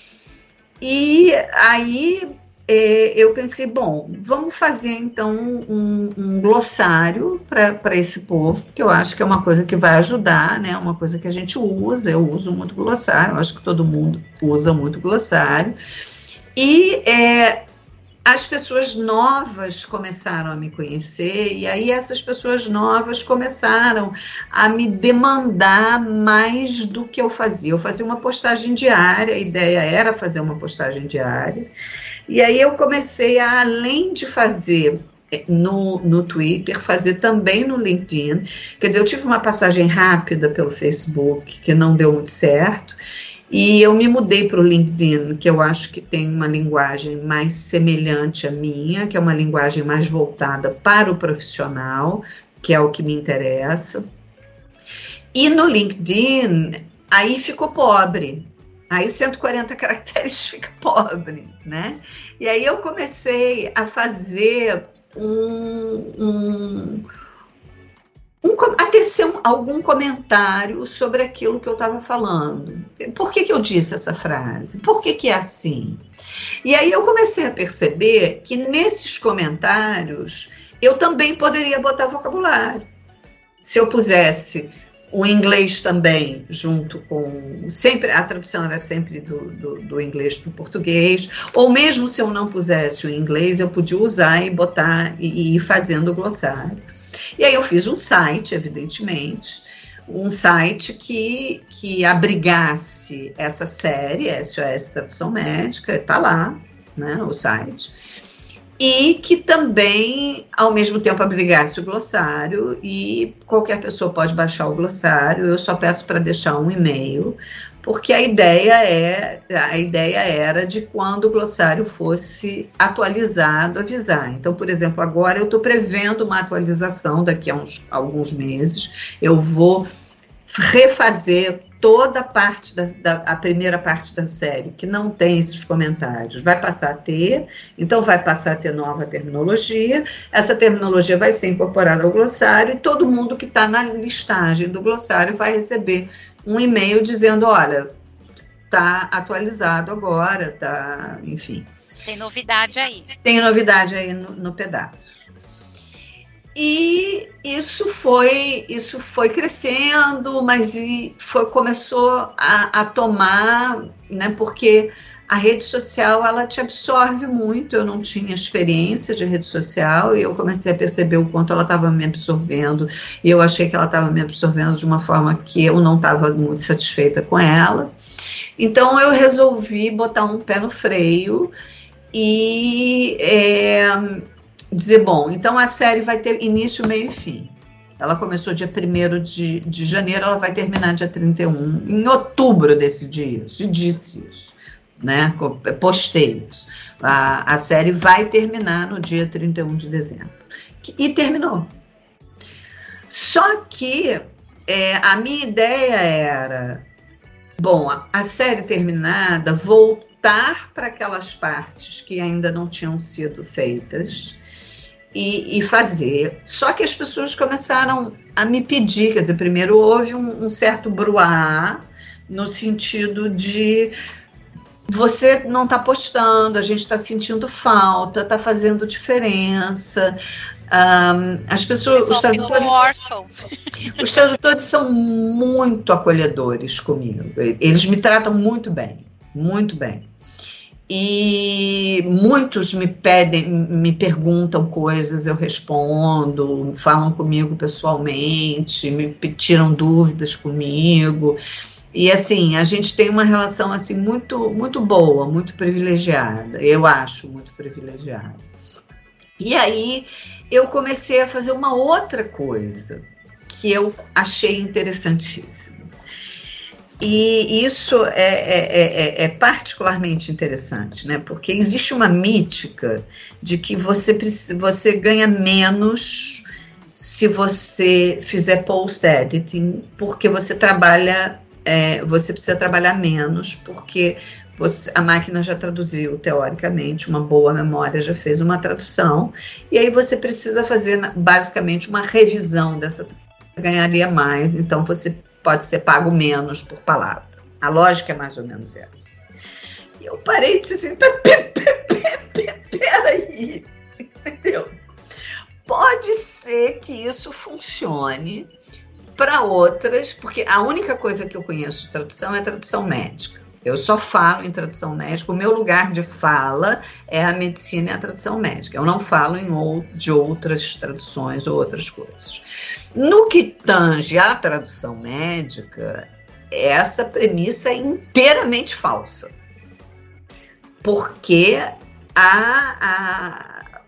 E aí é, eu pensei, bom, vamos fazer então um, um glossário para esse povo, porque eu acho que é uma coisa que vai ajudar, né? Uma coisa que a gente usa, eu uso muito glossário, eu acho que todo mundo usa muito glossário. E é, as pessoas novas começaram a me conhecer, e aí essas pessoas novas começaram a me demandar mais do que eu fazia. Eu fazia uma postagem diária, a ideia era fazer uma postagem diária. E aí eu comecei a, além de fazer no, no Twitter, fazer também no LinkedIn. Quer dizer, eu tive uma passagem rápida pelo Facebook, que não deu muito certo, e eu me mudei para o LinkedIn, que eu acho que tem uma linguagem mais semelhante à minha, que é uma linguagem mais voltada para o profissional, que é o que me interessa. E no LinkedIn, aí ficou pobre. Aí cento e quarenta caracteres fica pobre, né? E aí eu comecei a fazer um... um, um a tecer um, algum comentário sobre aquilo que eu estava falando. Por que que eu disse essa frase? Por que que é assim? E aí eu comecei a perceber que nesses comentários eu também poderia botar vocabulário. Se eu pusesse o inglês também, junto com... sempre a tradução era sempre do, do, do inglês para o português, ou mesmo se eu não pusesse o inglês, eu podia usar e botar e ir fazendo o glossário. E aí eu fiz um site, evidentemente, um site que, que abrigasse essa série, S O S Tradução Médica, está lá, né, o site, e que também, ao mesmo tempo, abrigasse o glossário, e qualquer pessoa pode baixar o glossário. Eu só peço para deixar um e-mail, porque a ideia, é, a ideia era de quando o glossário fosse atualizado, avisar. Então, por exemplo, agora eu estou prevendo uma atualização daqui a uns, alguns meses. Eu vou refazer toda a parte da, da a primeira parte da série que não tem esses comentários, vai passar a ter, então vai passar a ter nova terminologia, essa terminologia vai ser incorporada ao glossário, e todo mundo que está na listagem do glossário vai receber um e-mail dizendo, olha, está atualizado agora, tá, enfim. Tem novidade aí. Tem novidade aí no, no pedaço. E isso foi, isso foi crescendo, mas foi, começou a, a tomar, né, porque a rede social, ela te absorve muito. Eu não tinha experiência de rede social e eu comecei a perceber o quanto ela estava me absorvendo, e eu achei que ela estava me absorvendo de uma forma que eu não estava muito satisfeita com ela. Então eu resolvi botar um pé no freio e... É, dizer, bom, então a série vai ter início, meio e fim. Ela começou dia primeiro de, de janeiro, ela vai terminar dia trinta e um. Em outubro eu decidi isso, e disse isso, né? Postei isso. A, a série vai terminar no dia trinta e um de dezembro. E terminou. Só que é, a minha ideia era, bom, a, a série terminada, voltar para aquelas partes que ainda não tinham sido feitas, E, e fazer. Só que as pessoas começaram a me pedir, quer dizer, primeiro houve um, um certo bruá, no sentido de você não está postando, a gente está sentindo falta, está fazendo diferença. Um, as pessoas, os tradutores, os tradutores são muito acolhedores comigo. Eles me tratam muito bem, muito bem. E muitos me pedem, me perguntam coisas, eu respondo, falam comigo pessoalmente, me tiram dúvidas comigo. E assim, a gente tem uma relação assim muito, muito boa, muito privilegiada. Eu acho muito privilegiada. E aí eu comecei a fazer uma outra coisa que eu achei interessantíssima. E isso é, é, é, é particularmente interessante, né? Porque existe uma mítica de que você, você ganha menos se você fizer post-editing, porque você trabalha, é, você precisa trabalhar menos, porque você, a máquina já traduziu, teoricamente, uma boa memória já fez uma tradução, e aí você precisa fazer basicamente uma revisão dessa, ganharia mais, então você pode ser pago menos por palavra. A lógica é mais ou menos essa. E eu parei e disse assim, peraí, entendeu? Pode ser que isso funcione para outras, porque a única coisa que eu conheço de tradução é tradução médica. Eu só falo em tradução médica, o meu lugar de fala é a medicina e a tradução médica. Eu não falo em ou, de outras traduções ou outras coisas. No que tange à tradução médica, essa premissa é inteiramente falsa. Porque a, a,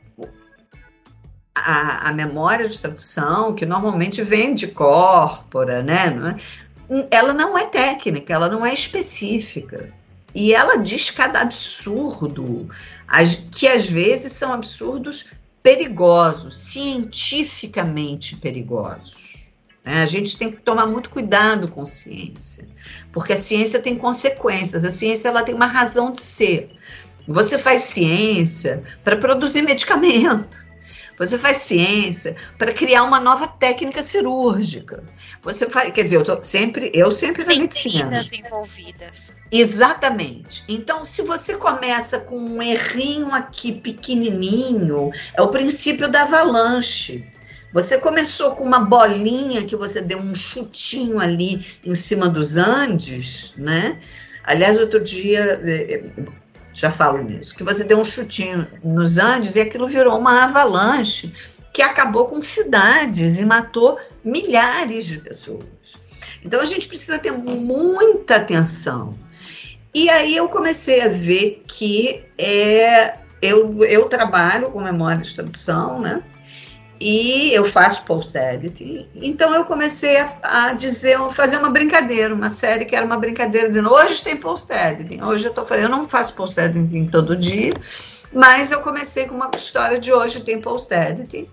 a, a memória de tradução, que normalmente vem de corpora, né? Ela não é técnica, ela não é específica. E ela diz cada absurdo, que às vezes são absurdos perigosos, cientificamente perigosos. A gente tem que tomar muito cuidado com ciência, porque a ciência tem consequências, a ciência ela tem uma razão de ser. Você faz ciência para produzir medicamento. Você faz ciência para criar uma nova técnica cirúrgica. Você faz, quer dizer, eu tô sempre, eu sempre na medicina. Medicinas envolvidas. Exatamente. Então, se você começa com um errinho aqui pequenininho, é o princípio da avalanche. Você começou com uma bolinha que você deu um chutinho ali em cima dos Andes, né? Aliás, outro dia, já falo nisso, que você deu um chutinho nos Andes e aquilo virou uma avalanche que acabou com cidades e matou milhares de pessoas. Então, a gente precisa ter muita atenção. E aí eu comecei a ver que é, eu, eu trabalho com memória de tradução, né? E eu faço post-editing. Então eu comecei a, a dizer, a fazer uma brincadeira, uma série que era uma brincadeira, dizendo, hoje tem post-editing. Hoje eu tô falando, eu não faço post-editing todo dia, mas eu comecei com uma história de hoje tem post-editing.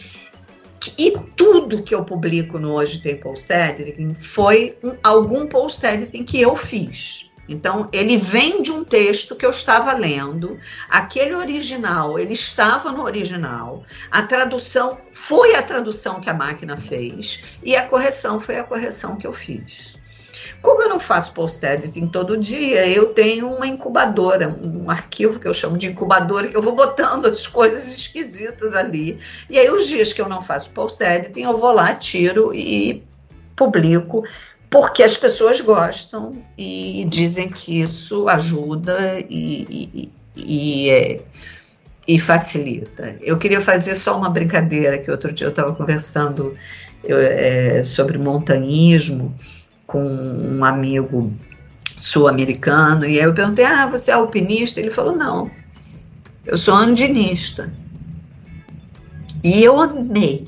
E tudo que eu publico no Hoje Tem Post-Editing foi um, algum post-editing que eu fiz. Então, ele vem de um texto que eu estava lendo, aquele original, ele estava no original, a tradução foi a tradução que a máquina fez e a correção foi a correção que eu fiz. Como eu não faço post-editing todo dia, eu tenho uma incubadora, um arquivo que eu chamo de incubadora, que eu vou botando as coisas esquisitas ali. E aí, os dias que eu não faço post-editing, eu vou lá, tiro e publico, porque as pessoas gostam e dizem que isso ajuda e, e, e, é, e facilita. Eu queria fazer só uma brincadeira, que outro dia eu estava conversando eu, é, sobre montanhismo com um amigo sul-americano, e aí eu perguntei, ah, você é alpinista? Ele falou, não, eu sou andinista. E eu amei.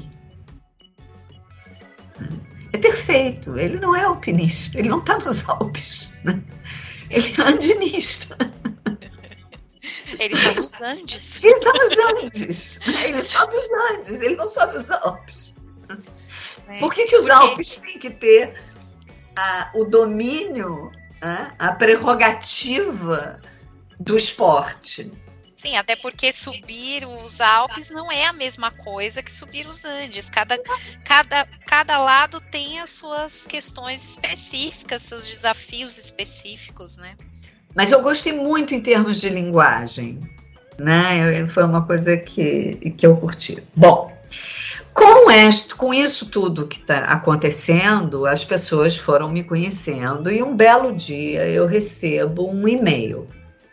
É perfeito, ele não é alpinista, ele não está nos Alpes, né? Ele é andinista. Ele está nos Andes. Ele está nos Andes, ele sobe os Andes, ele não sobe os Alpes. É, Por que, que os porque... Alpes têm que ter a, o domínio, a, a prerrogativa do esporte? Sim, até porque subir os Alpes não é a mesma coisa que subir os Andes. Cada, cada, cada lado tem as suas questões específicas, seus desafios específicos, né? Mas eu gostei muito em termos de linguagem, né? Foi uma coisa que, que eu curti. Bom, com, este, com isso tudo que está acontecendo, as pessoas foram me conhecendo e um belo dia eu recebo um e-mail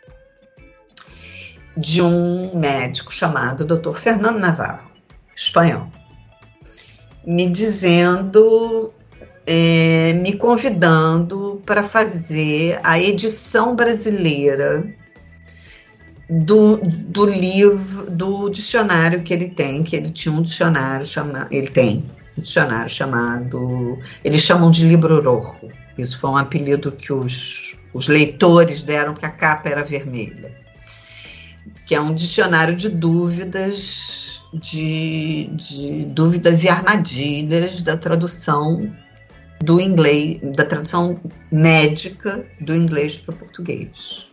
de um médico chamado doutor Fernando Navarro, espanhol, me dizendo... É, me convidando para fazer a edição brasileira do, do livro, do dicionário que ele tem, que ele tinha um dicionário chamado, ele tem um dicionário chamado, eles chamam de Livro Rojo. Isso foi um apelido que os, os leitores deram, porque a capa era vermelha, que é um dicionário de dúvidas, de, de dúvidas e armadilhas da tradução do inglês, da tradução médica do inglês para o português.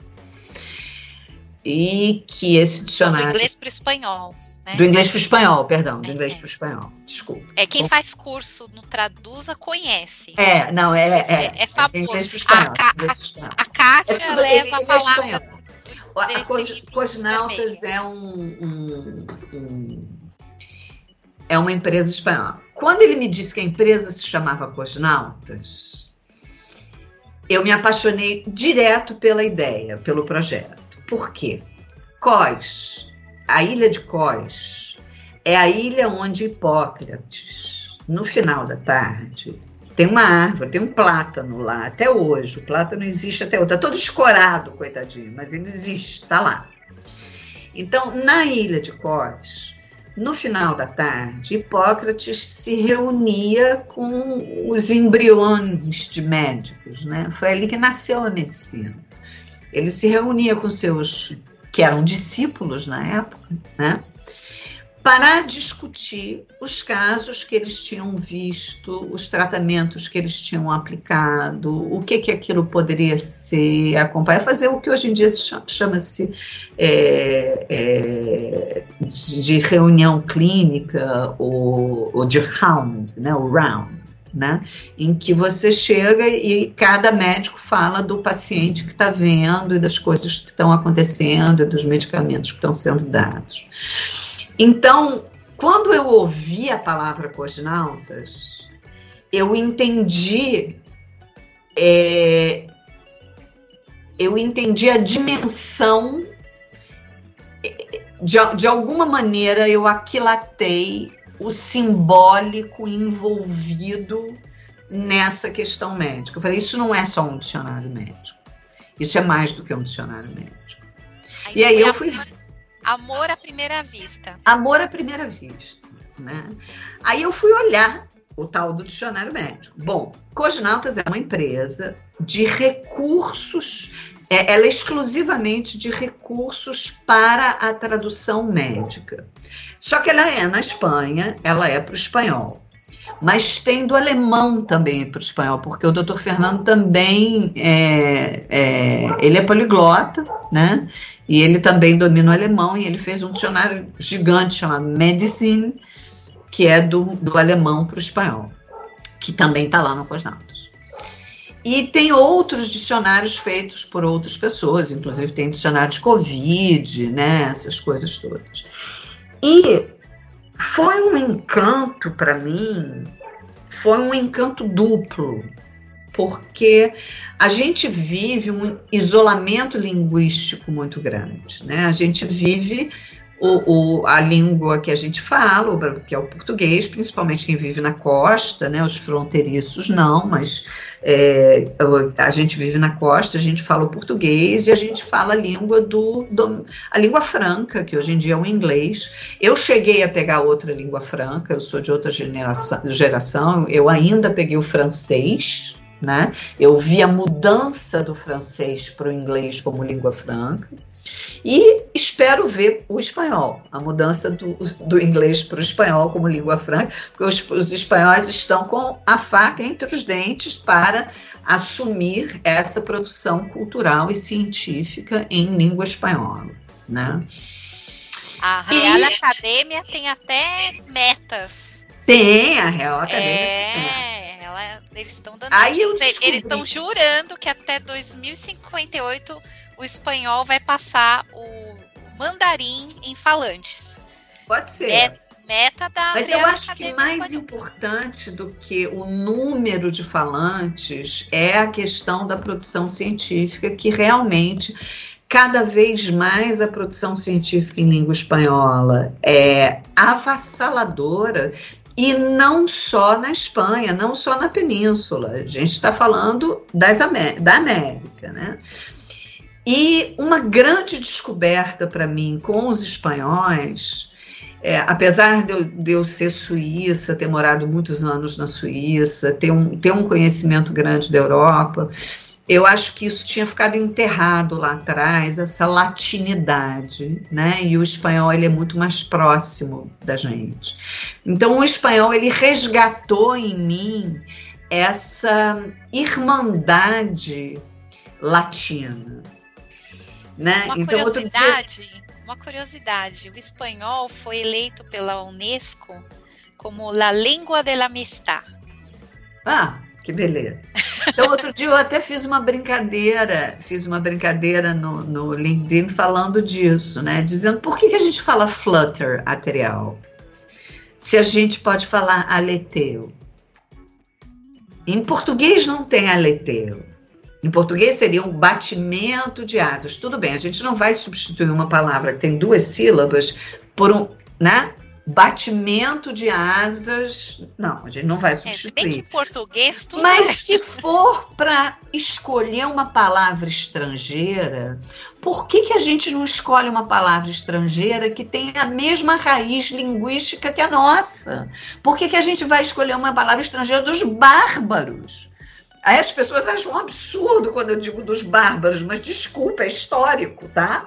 E que esse dicionário... Do inglês para o espanhol. Né? Do inglês para o espanhol, perdão, do inglês é. para o espanhol, desculpa. É, quem faz curso no Traduza conhece. É, não, é... É, é, é famoso. É inglês para o espanhol. A, a, a Kátia é leva a palavra... A Cosnautas é um, um, um... é uma empresa espanhola. Quando ele me disse que a empresa se chamava Cosnautas, eu me apaixonei direto pela ideia, pelo projeto. Por quê? Kos, a ilha de Kos, é a ilha onde Hipócrates, no final da tarde, tem uma árvore, tem um plátano lá, até hoje. O plátano existe até hoje. Está todo escorado, coitadinho, mas ele existe, está lá. Então, na ilha de Kos, no final da tarde, Hipócrates se reunia com os embriões de médicos, né? Foi ali que nasceu a medicina. Ele se reunia com seus, que eram discípulos na época, né? Para discutir os casos que eles tinham visto, os tratamentos que eles tinham aplicado, o que que aquilo poderia ser, acompanhar, fazer o que hoje em dia chama-se é, é, de, de reunião clínica ou, ou de round, né, o round, né, em que você chega e cada médico fala do paciente que está vendo e das coisas que estão acontecendo e dos medicamentos que estão sendo dados. Então, quando eu ouvi a palavra Cosnautas, eu entendi, é, eu entendi a dimensão, de, de alguma maneira eu aquilatei o simbólico envolvido nessa questão médica. Eu falei, isso não é só um dicionário médico, isso é mais do que um dicionário médico. Aí e aí eu fui... Amor à primeira vista. Amor à primeira vista, né? Aí eu fui olhar o tal do dicionário médico. Bom, Cosnautas é uma empresa de recursos, é, ela é exclusivamente de recursos para a tradução médica. Só que ela é na Espanha, ela é para o espanhol. Mas tem do alemão também para o espanhol, porque o doutor Fernando também é, é, ele é poliglota, né? E ele também domina o alemão, e ele fez um dicionário gigante chamado Medicine, que é do, do alemão para o espanhol, que também está lá no Cosnautas. E tem outros dicionários feitos por outras pessoas, inclusive tem dicionário de Covid, né? Essas coisas todas. E foi um encanto para mim, foi um encanto duplo, porque a gente vive um isolamento linguístico muito grande, né? A gente vive o, o, a língua que a gente fala, que é o português, principalmente quem vive na costa, né? Os fronteiriços não, mas é, a gente vive na costa, a gente fala o português e a gente fala a língua do, do a língua franca, que hoje em dia é o inglês. Eu cheguei a pegar outra língua franca, eu sou de outra geração, geração eu ainda peguei o francês, né? Eu vi a mudança do francês para o inglês como língua franca e espero ver o espanhol, a mudança do, do inglês para o espanhol como língua franca, porque os, os espanhóis estão com a faca entre os dentes para assumir essa produção cultural e científica em língua espanhola, né? A Real e... Academia tem até metas. Tem, a Real Academia. É, ela Eles estão dando. Aí eu Eles estão jurando que até dois mil e cinquenta e oito o espanhol vai passar o mandarim em falantes. Pode ser. É meta da Mas eu Real acho que mais Espanhola. importante do que o número de falantes é a questão da produção científica, que realmente, cada vez mais a produção científica em língua espanhola é avassaladora. E não só na Espanha, não só na Península. A gente está falando das Amé- da América, né? E uma grande descoberta para mim com os espanhóis, é, apesar de eu, de eu ser suíça, ter morado muitos anos na Suíça, ter um, ter um conhecimento grande da Europa, eu acho que isso tinha ficado enterrado lá atrás, essa latinidade, né? E o espanhol, ele é muito mais próximo da gente. Então, o espanhol, ele resgatou em mim essa irmandade latina, né? Uma então, curiosidade, outro dia... uma curiosidade, o espanhol foi eleito pela Unesco como la língua de la amistad. Ah, que beleza. Então, outro dia eu até fiz uma brincadeira, fiz uma brincadeira no, no LinkedIn falando disso, né? Dizendo por que, que a gente fala flutter arterial, se a gente pode falar aleteo. Em português não tem aleteo. Em português seria um batimento de asas. Tudo bem, a gente não vai substituir uma palavra que tem duas sílabas por um, né? Batimento de asas, não, a gente não vai substituir. É, se bem que em português tudo Mas é. se for para escolher uma palavra estrangeira, por que, que a gente não escolhe uma palavra estrangeira que tem a mesma raiz linguística que a nossa? Por que, que a gente vai escolher uma palavra estrangeira dos bárbaros? Aí as pessoas acham um absurdo quando eu digo dos bárbaros, mas desculpa, é histórico, tá?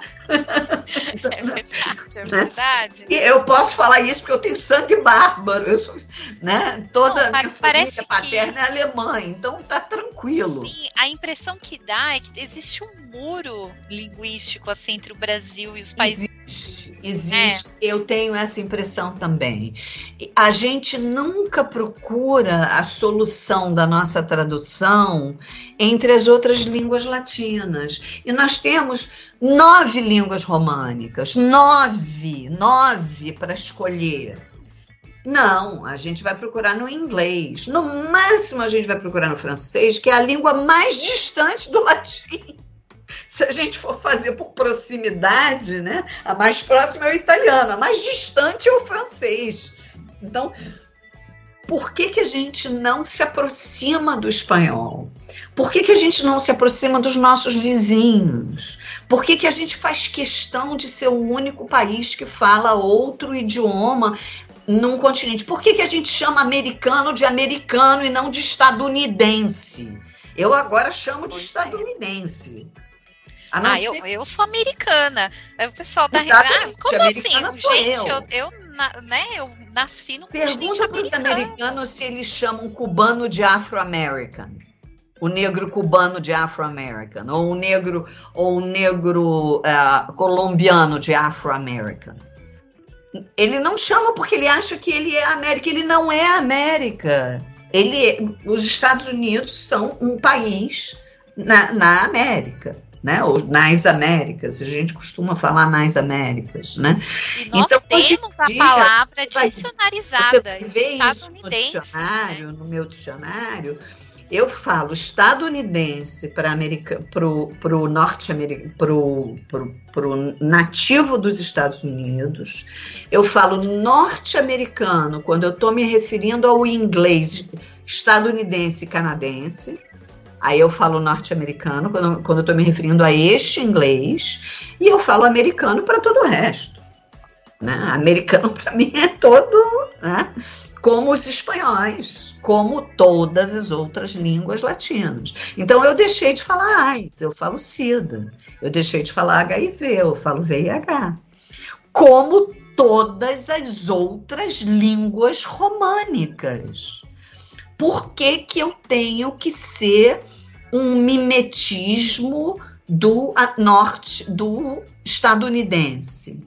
É verdade, é verdade. E eu posso falar isso porque eu tenho sangue bárbaro, eu sou, né? Toda Não, a minha parece família paterna que... é alemã, então tá tranquilo. Sim, a impressão que dá é que existe um muro linguístico assim, entre o Brasil e os países. Existe, existe. É. Eu tenho essa impressão também. A gente nunca procura a solução da nossa tradução entre as outras línguas latinas. E nós temos nove línguas românicas, nove, nove para escolher. Não, a gente vai procurar no inglês. No máximo a gente vai procurar no francês, que é a língua mais distante do latim. Se a gente for fazer por proximidade, né? A mais próxima é o italiano, a mais distante é o francês. Então, por que, que a gente não se aproxima do espanhol? Por que, que a gente não se aproxima dos nossos vizinhos? Por que, que a gente faz questão de ser o único país que fala outro idioma num continente? Por que, que a gente chama americano de americano e não de estadunidense? Eu agora chamo de estadunidense. Ah, eu, eu sou americana. Aí o pessoal tá ah, como assim? Gente, eu, eu, né, eu nasci no continente americano. Pergunta para os americanos se eles chamam cubano de Afro-American. O negro cubano de Afro-American. Ou o negro, ou o negro uh, colombiano de Afro-American. Ele não chama porque ele acha que ele é América. Ele não é América. Ele, os Estados Unidos são um país na, na América. Né? Ou nas Américas, a gente costuma falar nas Américas, né? E nós então, temos a dia, palavra dicionarizada, você vê isso no dicionário, né? No meu dicionário, eu falo estadunidense para o norte-americano, para o nativo dos Estados Unidos, eu falo norte-americano quando eu estou me referindo ao inglês estadunidense e canadense. Aí eu falo norte-americano quando, quando eu estou me referindo a este inglês, e eu falo americano para todo o resto. Né? Americano para mim é todo, né? Como os espanhóis, como todas as outras línguas latinas. Então eu deixei de falar AIDS, eu falo SIDA, eu deixei de falar H I V, eu falo V I H. Como todas as outras línguas românicas. Por que que eu tenho que ser um mimetismo do norte, do estadunidense?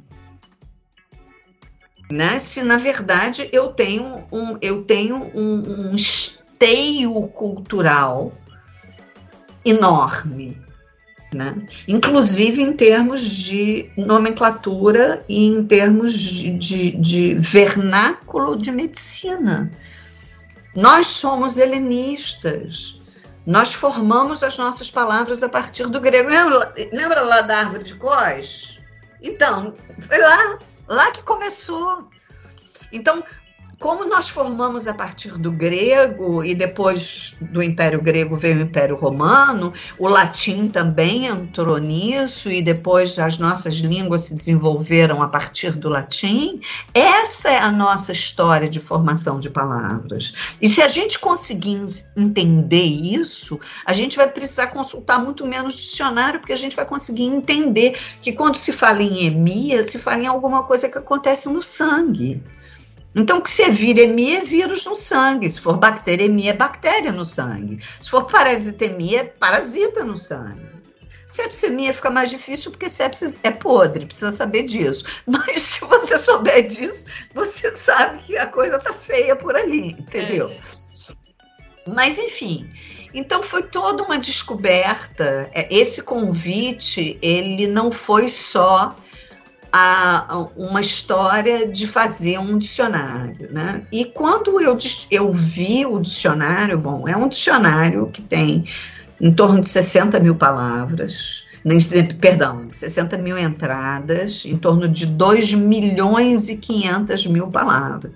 Né? Se, na verdade, eu tenho um, eu tenho um, um, esteio cultural enorme, né? Inclusive em termos de nomenclatura e em termos de, de, de vernáculo de medicina. Nós somos helenistas, nós formamos as nossas palavras a partir do grego. Lembra, lembra lá da árvore de Cós? Então, foi lá, lá que começou. Então, como nós formamos a partir do grego e depois do Império Grego veio o Império Romano, o latim também entrou nisso e depois as nossas línguas se desenvolveram a partir do latim, essa é a nossa história de formação de palavras. E se a gente conseguir entender isso, a gente vai precisar consultar muito menos dicionário, porque a gente vai conseguir entender que quando se fala em hemia, se fala em alguma coisa que acontece no sangue. Então, o que se é viremia é vírus no sangue, se for bacteremia é bactéria no sangue, se for parasitemia é parasita no sangue. Sepsemia fica mais difícil porque sepsis é podre, precisa saber disso. Mas se você souber disso, você sabe que a coisa tá feia por ali, entendeu? É. Mas, enfim, então foi toda uma descoberta. Esse convite, ele não foi só a uma história de fazer um dicionário, né? E quando eu, eu vi o dicionário, bom, é um dicionário que tem em torno de sessenta mil palavras, perdão, sessenta mil entradas, em torno de dois milhões e quinhentas mil palavras.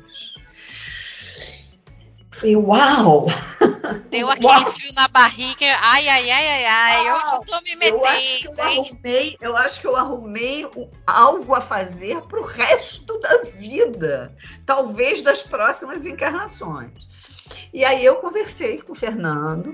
Falei, uau! Deu aquele uau. Frio na barriga, ai, ai, ai, ai, ai, eu não tô me metendo, eu acho que eu arrumei, eu acho que eu arrumei algo a fazer pro resto da vida, talvez das próximas encarnações. E aí eu conversei com o Fernando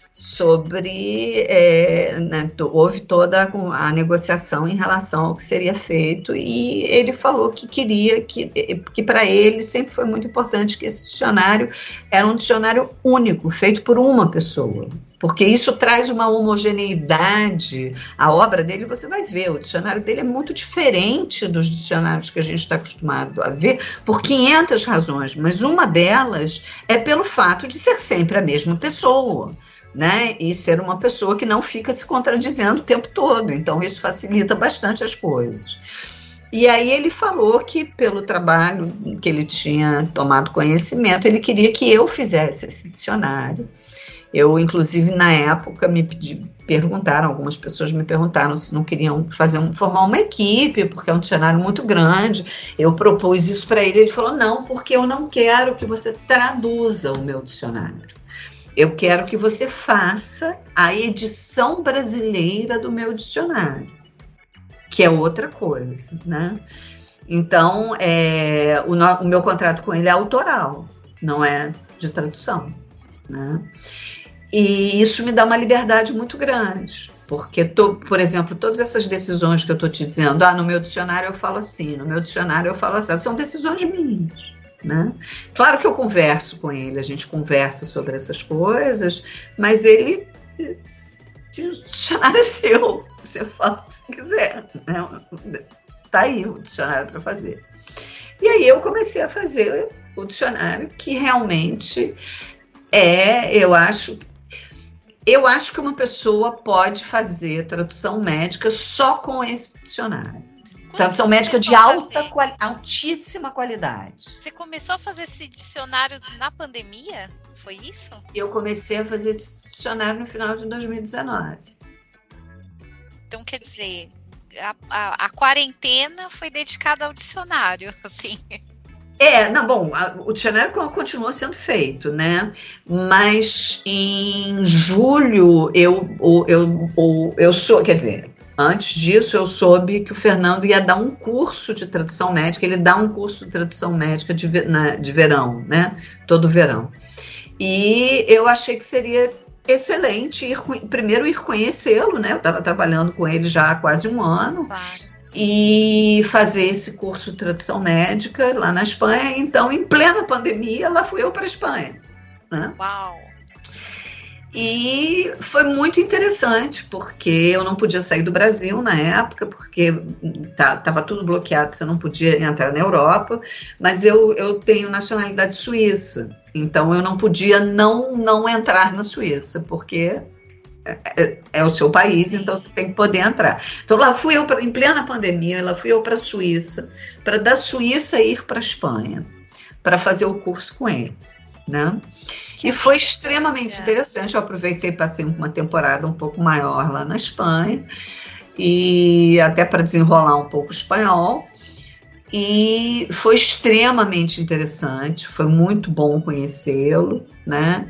sobre, é, né, houve toda a negociação em relação ao que seria feito e ele falou que queria, que, que para ele sempre foi muito importante que esse dicionário era um dicionário único, feito por uma pessoa, porque isso traz uma homogeneidade. A obra dele, você vai ver, o dicionário dele é muito diferente dos dicionários que a gente está acostumado a ver, por quinhentas razões, mas uma delas é pelo fato de ser sempre a mesma pessoa, né? E ser uma pessoa que não fica se contradizendo o tempo todo, então isso facilita bastante as coisas. E aí ele falou que pelo trabalho que ele tinha tomado conhecimento, ele queria que eu fizesse esse dicionário. Eu, inclusive, na época, me pedi, perguntaram, algumas pessoas me perguntaram se não queriam fazer um, formar uma equipe, porque é um dicionário muito grande. Eu propus isso para ele, ele falou, não, porque eu não quero que você traduza o meu dicionário. Eu quero que você faça a edição brasileira do meu dicionário, que é outra coisa, né? Então, é, o, no, o meu contrato com ele é autoral, não é de tradução, né? E isso me dá uma liberdade muito grande, porque, tô, por exemplo, todas essas decisões que eu estou te dizendo, ah, no meu dicionário eu falo assim, no meu dicionário eu falo assim, são decisões minhas. Né? Claro que eu converso com ele, a gente conversa sobre essas coisas, mas ele, o dicionário é seu, você fala o que você quiser, né? Tá aí o dicionário para fazer. E aí eu comecei a fazer o dicionário, que realmente é, eu acho, eu acho que uma pessoa pode fazer tradução médica só com esse dicionário. Tradução médica de alta, quali- altíssima qualidade. Você começou a fazer esse dicionário na pandemia? Foi isso? Eu comecei a fazer esse dicionário no final de dois mil e dezenove. Então, quer dizer, a, a, a quarentena foi dedicada ao dicionário, assim. É, não, bom, a, o dicionário continua sendo feito, né? Mas em julho eu, eu, eu, eu, eu sou, quer dizer... Antes disso, eu soube que o Fernando ia dar um curso de tradução médica, ele dá um curso de tradução médica de, na, de verão, né? Todo verão. E eu achei que seria excelente ir, primeiro ir conhecê-lo, né? Eu estava trabalhando com ele já há quase um ano. Claro. E fazer esse curso de tradução médica lá na Espanha. Então, em plena pandemia, lá fui eu para a Espanha. Né? Uau! E foi muito interessante, porque eu não podia sair do Brasil na época, porque estava tudo bloqueado, você não podia entrar na Europa, mas eu, eu tenho nacionalidade suíça, então eu não podia não, não entrar na Suíça, porque é, é o seu país, então você tem que poder entrar. Então lá fui eu, pra, em plena pandemia, lá fui eu para a Suíça, para da Suíça ir para a Espanha, para fazer o curso com ele, né? E foi extremamente interessante. Eu aproveitei e passei uma temporada um pouco maior lá na Espanha, e até para desenrolar um pouco o espanhol. E foi extremamente interessante, foi muito bom conhecê-lo, né?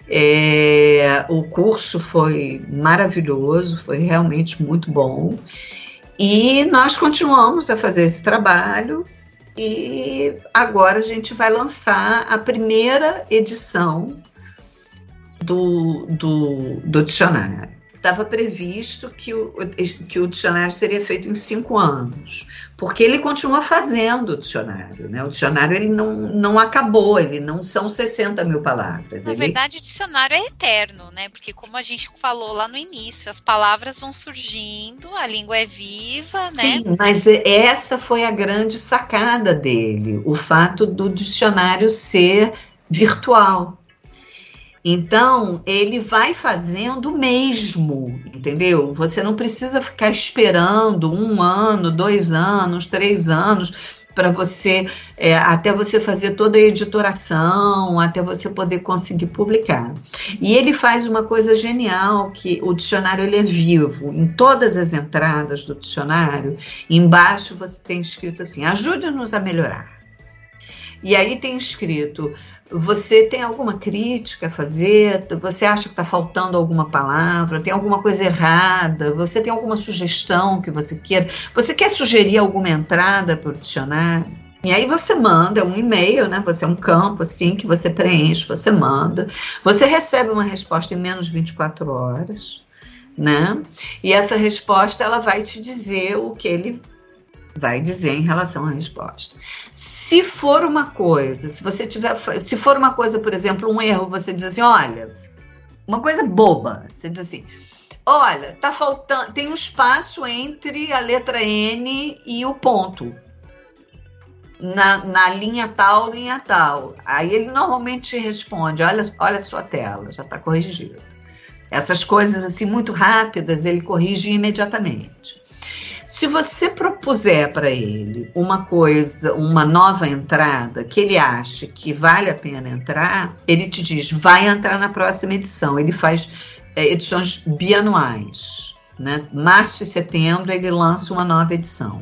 É, o curso foi maravilhoso, foi realmente muito bom. E nós continuamos a fazer esse trabalho. E agora a gente vai lançar a primeira edição do, do, do dicionário. Estava previsto que o, que o dicionário seria feito em cinco anos, porque ele continua fazendo o dicionário, né? O dicionário ele não, não acabou, ele não são sessenta mil palavras. Na ele... verdade, o dicionário é eterno, né? Porque como a gente falou lá no início, as palavras vão surgindo, a língua é viva, Sim, né? Mas essa foi a grande sacada dele, o fato do dicionário ser virtual. Então, ele vai fazendo o mesmo, entendeu? Você não precisa ficar esperando um ano, dois anos, três anos, para você, é, até você fazer toda a editoração, até você poder conseguir publicar. E ele faz uma coisa genial, que o dicionário ele é vivo. Em todas as entradas do dicionário, embaixo você tem escrito assim, ajude-nos a melhorar. E aí tem escrito... Você tem alguma crítica a fazer? Você acha que está faltando alguma palavra? Tem alguma coisa errada? Você tem alguma sugestão que você queira? Você quer sugerir alguma entrada para o dicionário? E aí você manda um e-mail, né? Você é um campo assim que você preenche, você manda. Você recebe uma resposta em menos de vinte e quatro horas, né? E essa resposta ela vai te dizer o que ele vai dizer em relação à resposta. Se for uma coisa, se você tiver, se for uma coisa, por exemplo, um erro, você diz assim, olha, uma coisa boba, você diz assim, olha, tá faltando, tem um espaço entre a letra N e o ponto, na, na linha tal, linha tal. Aí ele normalmente responde, olha, olha a sua tela, já está corrigido. Essas coisas assim muito rápidas, ele corrige imediatamente. Se você propuser para ele uma coisa, uma nova entrada, que ele ache que vale a pena entrar, ele te diz, vai entrar na próxima edição. Ele faz é, edições bianuais, né? Março e setembro ele lança uma nova edição.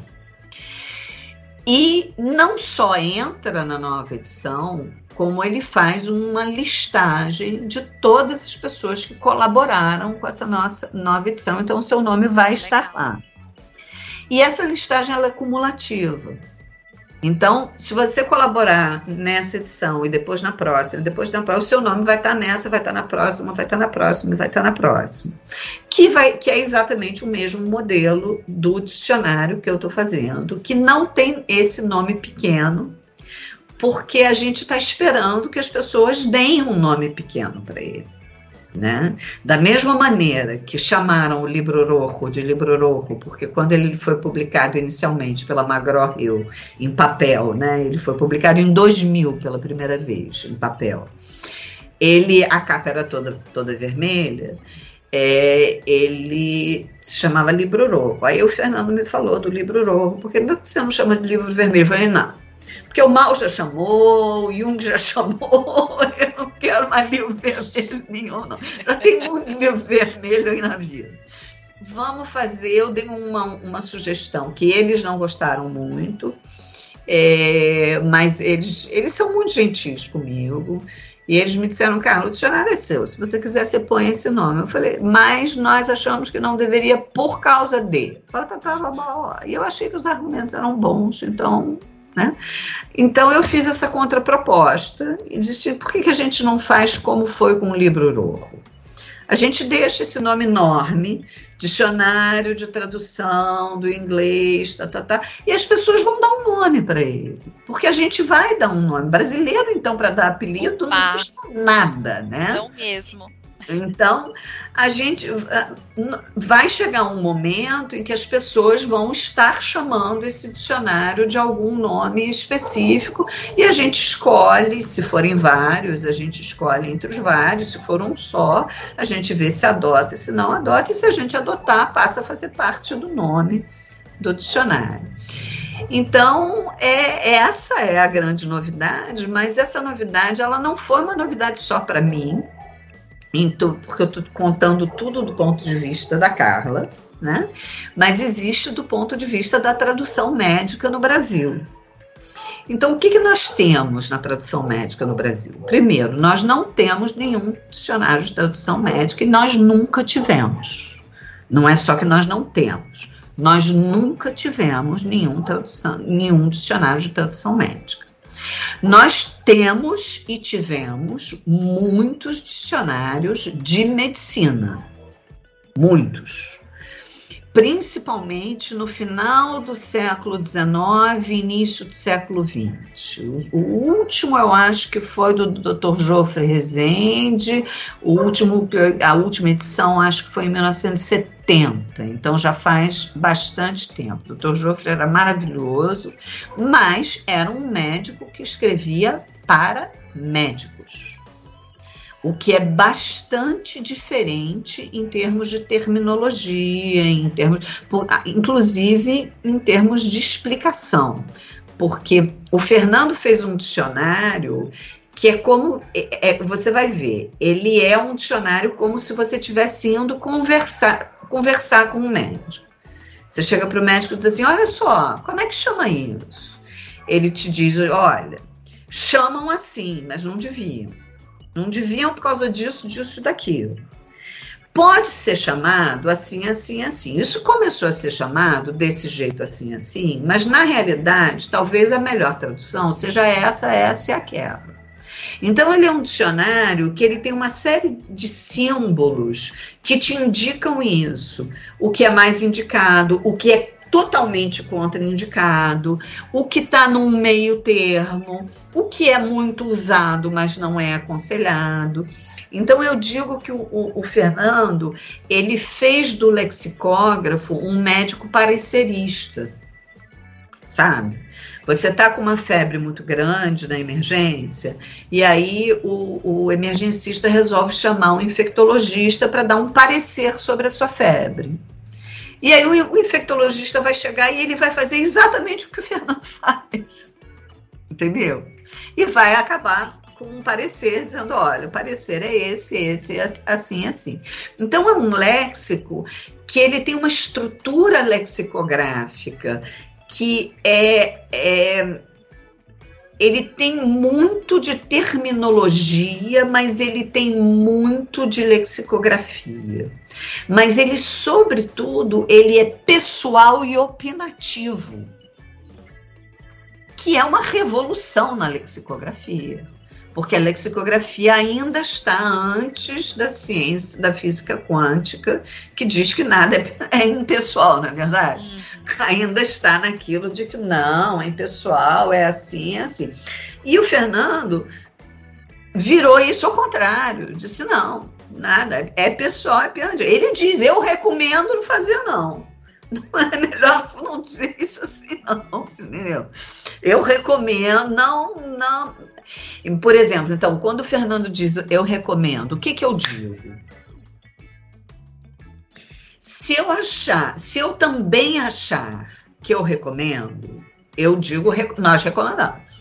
E não só entra na nova edição, como ele faz uma listagem de todas as pessoas que colaboraram com essa nossa nova edição. Então, o seu nome vai estar lá. E essa listagem ela é cumulativa. Então, se você colaborar nessa edição e depois na próxima, depois na próxima, o seu nome vai estar nessa, vai estar na próxima, vai estar na próxima, vai estar na próxima. Que, vai, que é exatamente o mesmo modelo do dicionário que eu estou fazendo, que não tem esse nome pequeno, porque a gente está esperando que as pessoas deem um nome pequeno para ele. Né? Da mesma maneira que chamaram o Livro Rojo de Livro Rojo, porque quando ele foi publicado inicialmente pela McGraw-Hill em papel, né? Ele foi publicado em dois mil pela primeira vez em papel. Ele, a capa era toda, toda vermelha, é, ele se chamava Livro Rojo. Aí o Fernando me falou do Livro Rojo, porque por que você não chama de livro vermelho? Eu falei, não. Porque o Mao já chamou, o Jung já chamou, eu não quero mais livro vermelho nenhum, não. Já tem muito livro vermelho aí na vida. Vamos fazer, eu dei uma, uma sugestão que eles não gostaram muito, é, mas eles, eles são muito gentis comigo, e eles me disseram, Carla, o dicionário é seu, se você quiser você põe esse nome. Eu falei, mas nós achamos que não deveria por causa de. E eu achei que os argumentos eram bons, então... Né? Então eu fiz essa contraproposta e disse, por que, que a gente não faz como foi com o Livro Rojo? A gente deixa esse nome enorme, dicionário de tradução do inglês, tá, tá, tá, e as pessoas vão dar um nome para ele, porque a gente vai dar um nome. Brasileiro, então, para dar apelido, Opa. Não custa nada, né? Não mesmo. Então, a gente vai chegar um momento em que as pessoas vão estar chamando esse dicionário de algum nome específico e a gente escolhe, se forem vários, a gente escolhe entre os vários, se for um só, a gente vê se adota e se não adota, e se a gente adotar, passa a fazer parte do nome do dicionário. Então, é, essa é a grande novidade, mas essa novidade ela não foi uma novidade só para mim, então, porque eu estou contando tudo do ponto de vista da Carla, né? Mas existe do ponto de vista da tradução médica no Brasil. Então, o que, que nós temos na tradução médica no Brasil? Primeiro, nós não temos nenhum dicionário de tradução médica e nós nunca tivemos. Não é só que nós não temos. Nós nunca tivemos nenhum, tradução, nenhum dicionário de tradução médica. Nós temos e tivemos muitos dicionários de medicina. Muitos. Principalmente no final do século dezenove e início do século vinte. O, o último, eu acho que foi do doutor Jofre Rezende, o último, a última edição acho que foi em mil novecentos e setenta, então já faz bastante tempo. O doutor Jofre era maravilhoso, mas era um médico que escrevia para médicos. O que é bastante diferente em termos de terminologia, em termos, inclusive em termos de explicação, porque o Fernando fez um dicionário que é como, é, é, você vai ver, ele é um dicionário como se você estivesse indo conversar, conversar com um médico. Você chega para o médico e diz assim, olha só, como é que chama isso? Ele te diz, olha, chamam assim, mas não deviam. Não deviam por causa disso, disso e daquilo. Pode ser chamado assim, assim, assim. Isso começou a ser chamado desse jeito assim, assim, mas na realidade, talvez a melhor tradução seja essa, essa e aquela. Então, ele é um dicionário que ele tem uma série de símbolos que te indicam isso. O que é mais indicado, o que é totalmente contraindicado, o que está num meio termo, o que é muito usado, mas não é aconselhado. Então, eu digo que o, o, o Fernando, ele fez do lexicógrafo um médico parecerista, sabe? Você está com uma febre muito grande na emergência, e aí o, o emergencista resolve chamar um infectologista para dar um parecer sobre a sua febre. E aí o, o infectologista vai chegar e ele vai fazer exatamente o que o Fernando faz, entendeu? E vai acabar com um parecer dizendo, olha, o parecer é esse, esse, assim, assim. Então é um léxico que ele tem uma estrutura lexicográfica que é, é ele tem muito de terminologia, mas ele tem muito de lexicografia. Mas ele, sobretudo, ele é pessoal e opinativo, que é uma revolução na lexicografia, porque a lexicografia ainda está antes da ciência, da física quântica, que diz que nada é impessoal, não é verdade? Uhum. Ainda está naquilo de que não, é impessoal, é assim, é assim. E o Fernando virou isso ao contrário, disse não, nada, é pessoal, é pessoal. Ele diz, eu recomendo não fazer não. Não é melhor não dizer isso assim não, entendeu? Eu recomendo, não, não. Por exemplo, então, quando o Fernando diz eu recomendo, o que que eu digo? Se eu achar, se eu também achar que eu recomendo, eu digo nós recomendamos.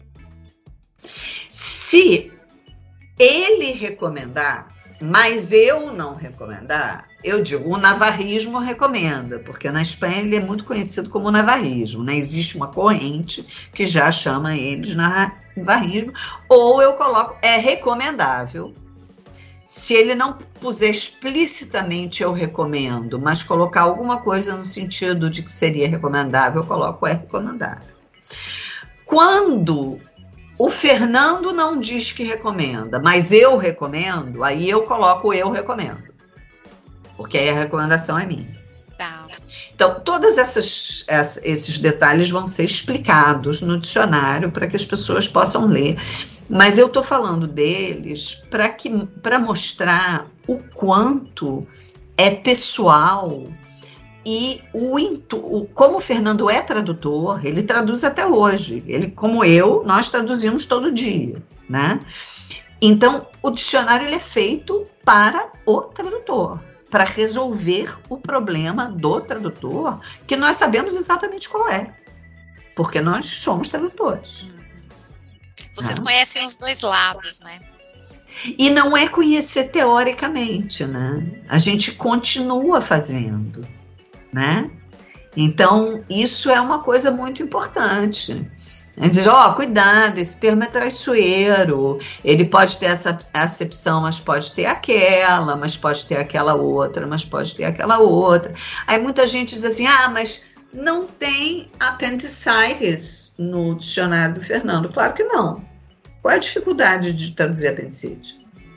Se ele recomendar, mas eu não recomendar, eu digo o navarrismo recomenda, porque na Espanha ele é muito conhecido como navarrismo, né? Existe uma corrente que já chama ele de navarrismo, ou eu coloco é recomendável. Se ele não puser explicitamente eu recomendo, mas colocar alguma coisa no sentido de que seria recomendável, eu coloco é recomendável. Quando o Fernando não diz que recomenda, mas eu recomendo, aí eu coloco eu recomendo, porque aí a recomendação é minha. Tá. Então, todos essas, esses detalhes vão ser explicados no dicionário para que as pessoas possam ler. Mas eu estou falando deles para que, para mostrar o quanto é pessoal e o, o como o Fernando é tradutor, ele traduz até hoje. Ele, como eu, nós traduzimos todo dia, né? Então, o dicionário ele é feito para o tradutor, para resolver o problema do tradutor, que nós sabemos exatamente qual é, porque nós somos tradutores. Vocês né? conhecem os dois lados, né? E não é conhecer teoricamente, né? A gente continua fazendo, né? Então, isso é uma coisa muito importante. A gente diz, ó, oh, cuidado, esse termo é traiçoeiro, ele pode ter essa acepção, mas pode ter aquela, mas pode ter aquela outra, mas pode ter aquela outra. Aí muita gente diz assim, ah, mas não tem apendicitis no dicionário do Fernando. Claro que não. Qual é a dificuldade de traduzir apendicite?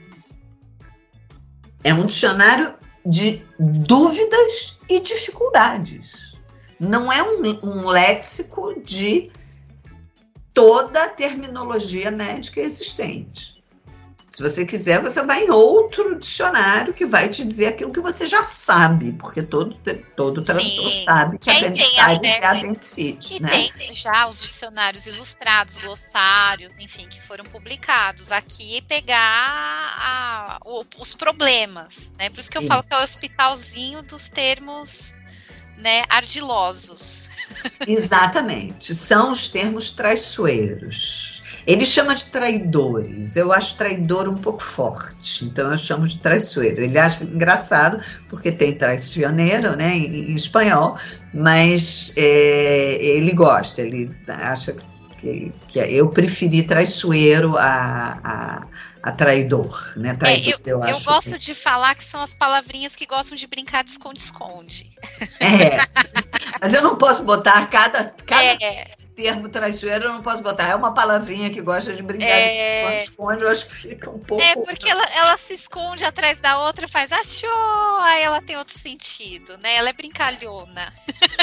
É um dicionário de dúvidas e dificuldades. Não é um, um léxico de toda a terminologia médica existente. Se você quiser, você vai em outro dicionário que vai te dizer aquilo que você já sabe, porque todo, todo tradutor Sim. sabe que Quem apendicite tem é apendicite. E né? tem já os dicionários ilustrados, glossários, enfim, que foram publicados. Aqui é pegar a, o, os problemas, né? Por isso que eu Sim. falo que é o hospitalzinho dos termos, né, ardilosos. Exatamente, são os termos traiçoeiros. Ele chama de traidores, eu acho traidor um pouco forte, então eu chamo de traiçoeiro. Ele acha engraçado, porque tem traicioneiro, né, em, em espanhol, mas é, ele gosta, ele acha que, que eu preferi traiçoeiro a, a, a traidor. Né? Traidor, é, eu, eu, eu acho gosto que... de falar que são as palavrinhas que gostam de brincar de esconde-esconde. É, mas eu não posso botar cada... cada... É. termo traiçoeiro eu não posso botar. É uma palavrinha que gosta de brincar é... de esconde, eu acho que fica um pouco... É, porque ela, ela se esconde atrás da outra, faz achou, aí ela tem outro sentido, né? Ela é brincalhona.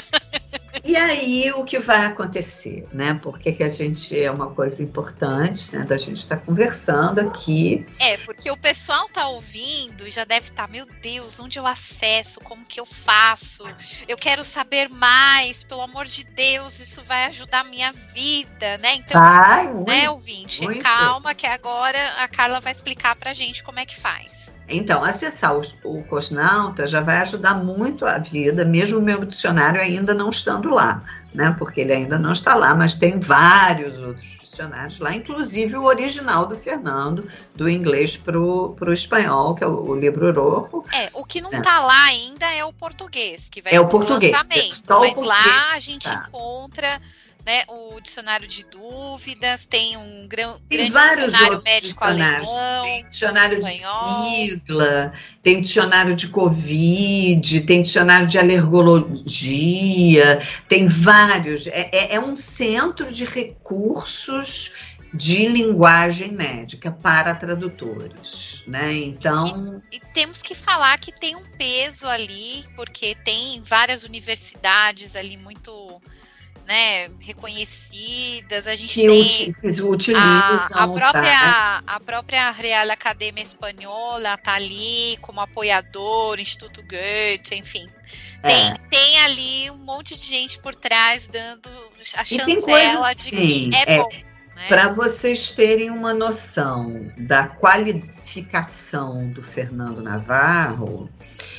E aí, o que vai acontecer, né? Porque que a gente é uma coisa importante, né? Da gente estar tá conversando aqui. É, porque o pessoal tá ouvindo e já deve estar, tá, meu Deus, onde eu acesso? Como que eu faço? Eu quero saber mais, pelo amor de Deus, isso vai ajudar a minha vida, né? Então, vai, né, muito, ouvinte, muito. Calma que agora a Carla vai explicar pra gente como é que faz. Então, acessar o, o Cosnauta já vai ajudar muito a vida, mesmo o meu dicionário ainda não estando lá, né? Porque ele ainda não está lá, mas tem vários outros dicionários lá, inclusive o original do Fernando, do inglês para o espanhol, que é o, o livro Rojo. É, o que não é. tá lá ainda é o português, que vai é ser o português, lançamento, é só mas o português, lá a gente tá. encontra... Né, o dicionário de dúvidas, tem um gran, tem grande vários dicionário médico dicionários. alemão, tem dicionário espanhol. de sigla, tem dicionário de Covid, tem dicionário de alergologia, tem vários. É, é, é um centro de recursos de linguagem médica para tradutores, né? Então... E, e temos que falar que tem um peso ali, porque tem várias universidades ali muito... Né, reconhecidas, a gente que tem utilizam, a, a, própria, a própria Real Academia Espanhola está ali como apoiador, Instituto Goethe, enfim. Tem, é. tem ali um monte de gente por trás dando a chancela de que é, é bom. Né? Para vocês terem uma noção da qualificação do Fernando Navarro,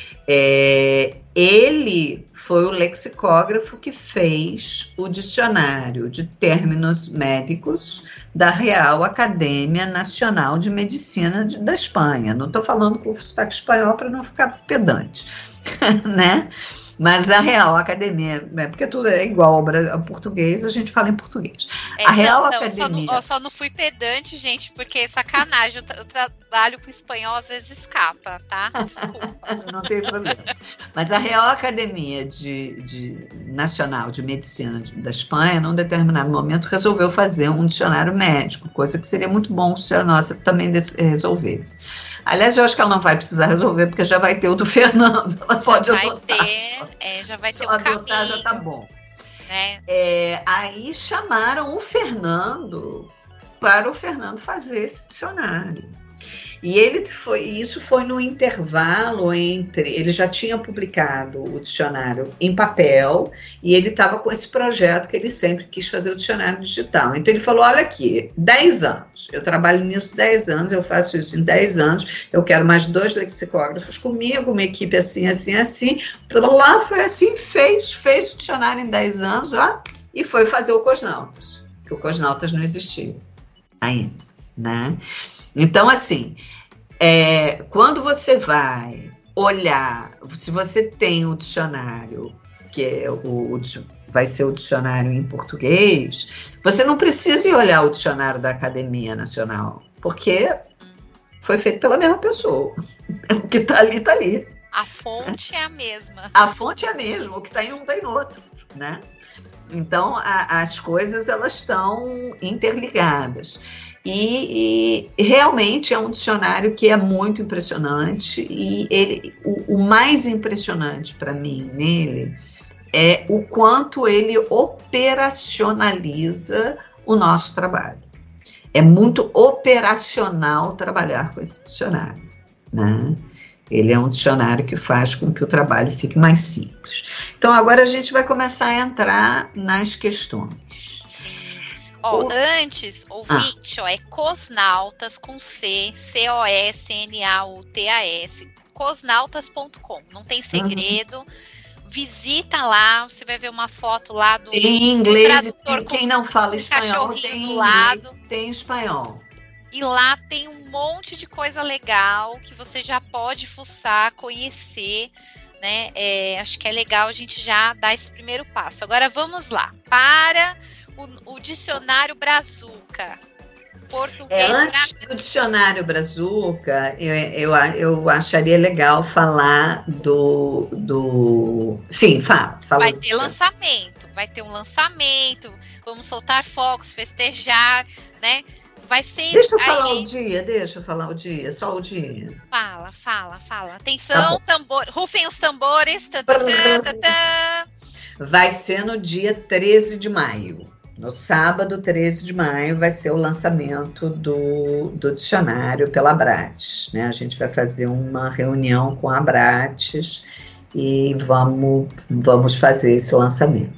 é, ele... foi o lexicógrafo que fez o dicionário de términos médicos da Real Academia Nacional de Medicina de, da Espanha. Não estou falando com o sotaque espanhol para não ficar pedante, né? Mas a Real Academia, né, porque tudo é igual ao, ao português, a gente fala em português. É, a Real não, não, Academia... Eu só, não, eu só não fui pedante, gente, porque sacanagem, eu, eu trabalho com espanhol, às vezes escapa, tá? Desculpa. Não tem problema. Mas a Real Academia de, de Nacional de Medicina de, da Espanha, num determinado momento, resolveu fazer um dicionário médico, coisa que seria muito bom se a nossa também resolvesse. Aliás, eu acho que ela não vai precisar resolver, porque já vai ter o do Fernando. Ela já pode vai adotar. Ter, é, já vai só ter o adotar caminho. Já tá bom. Né? É, aí chamaram o Fernando para o Fernando fazer esse dicionário. E ele foi, isso foi no intervalo entre, ele já tinha publicado o dicionário em papel e ele estava com esse projeto que ele sempre quis fazer o dicionário digital. Então ele falou, olha aqui, dez anos, eu trabalho nisso dez anos, eu faço isso em dez anos, eu quero mais dois lexicógrafos comigo, uma equipe assim, assim, assim. Lá foi assim, fez, fez o dicionário em dez anos, ó, e foi fazer o Cosnautas, que o Cosnautas não existia ainda, né? Então, assim, é, quando você vai olhar, se você tem o dicionário, que é o, o, vai ser o dicionário em português, você não precisa ir olhar o dicionário da Academia Nacional, porque foi feito pela mesma pessoa. O que está ali, está ali. A fonte é a mesma. A fonte é a mesma, o que está em um está em outro, né? Então, a, as coisas, elas estão interligadas. E, e realmente é um dicionário que é muito impressionante e ele, o, o mais impressionante para mim nele é o quanto ele operacionaliza o nosso trabalho. É muito operacional trabalhar com esse dicionário, né? Ele é um dicionário que faz com que o trabalho fique mais simples. Então agora a gente vai começar a entrar nas questões. Ó, oh, antes, ouvinte, ah. ó, é Cosnautas com C, C O S N A U T A S, cosnautas ponto com, não tem segredo, uhum. Visita lá, você vai ver uma foto lá do em inglês, do tradutor, quem não fala espanhol tem do inglês, lado. Tem espanhol. E lá tem um monte de coisa legal que você já pode fuçar, conhecer, né? É, acho que é legal a gente já dar esse primeiro passo. Agora vamos lá, para... O, o dicionário Brazuca. Português. É, antes do dicionário Brazuca, eu, eu, eu acharia legal falar do. do... Sim, fala. fala vai ter lançamento, vai ter um lançamento, vamos soltar fogos, festejar, né? Vai ser. Deixa eu falar aí... o dia, deixa eu falar o dia, só o dia. Fala, fala, fala. Atenção, tá tambor, rufem os tambores. Tá, tá, tá, tá. Vai ser no dia treze de maio. No sábado, treze de maio, vai ser o lançamento do, do dicionário pela Abrates, né? A gente vai fazer uma reunião com a Abrates e vamos, vamos fazer esse lançamento.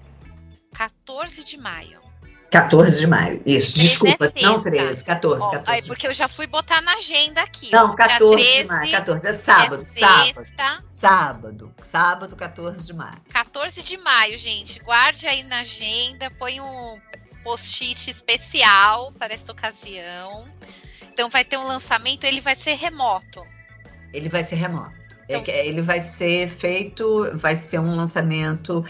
quatorze de maio. quatorze de maio, isso, desculpa, é não treze, quatorze, Ó, quatorze. Aí, porque eu já fui botar na agenda aqui. Não, ó, quatorze treze, de maio, quatorze, é sábado, é sábado, sexta. sábado, sábado, quatorze de maio. quatorze de maio, gente, guarde aí na agenda, põe um post-it especial para esta ocasião. Então vai ter um lançamento, ele vai ser remoto. Ele vai ser remoto. Então, ele vai ser feito, vai ser um lançamento,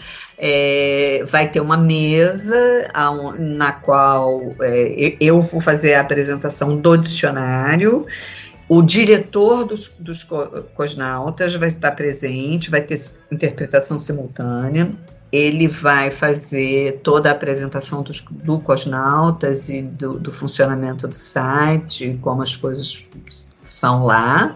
é, vai ter uma mesa na qual é, eu vou fazer a apresentação do dicionário, o diretor dos, dos Cosnautas vai estar presente, vai ter interpretação simultânea, ele vai fazer toda a apresentação dos, do Cosnautas e do, do funcionamento do site, como as coisas são lá.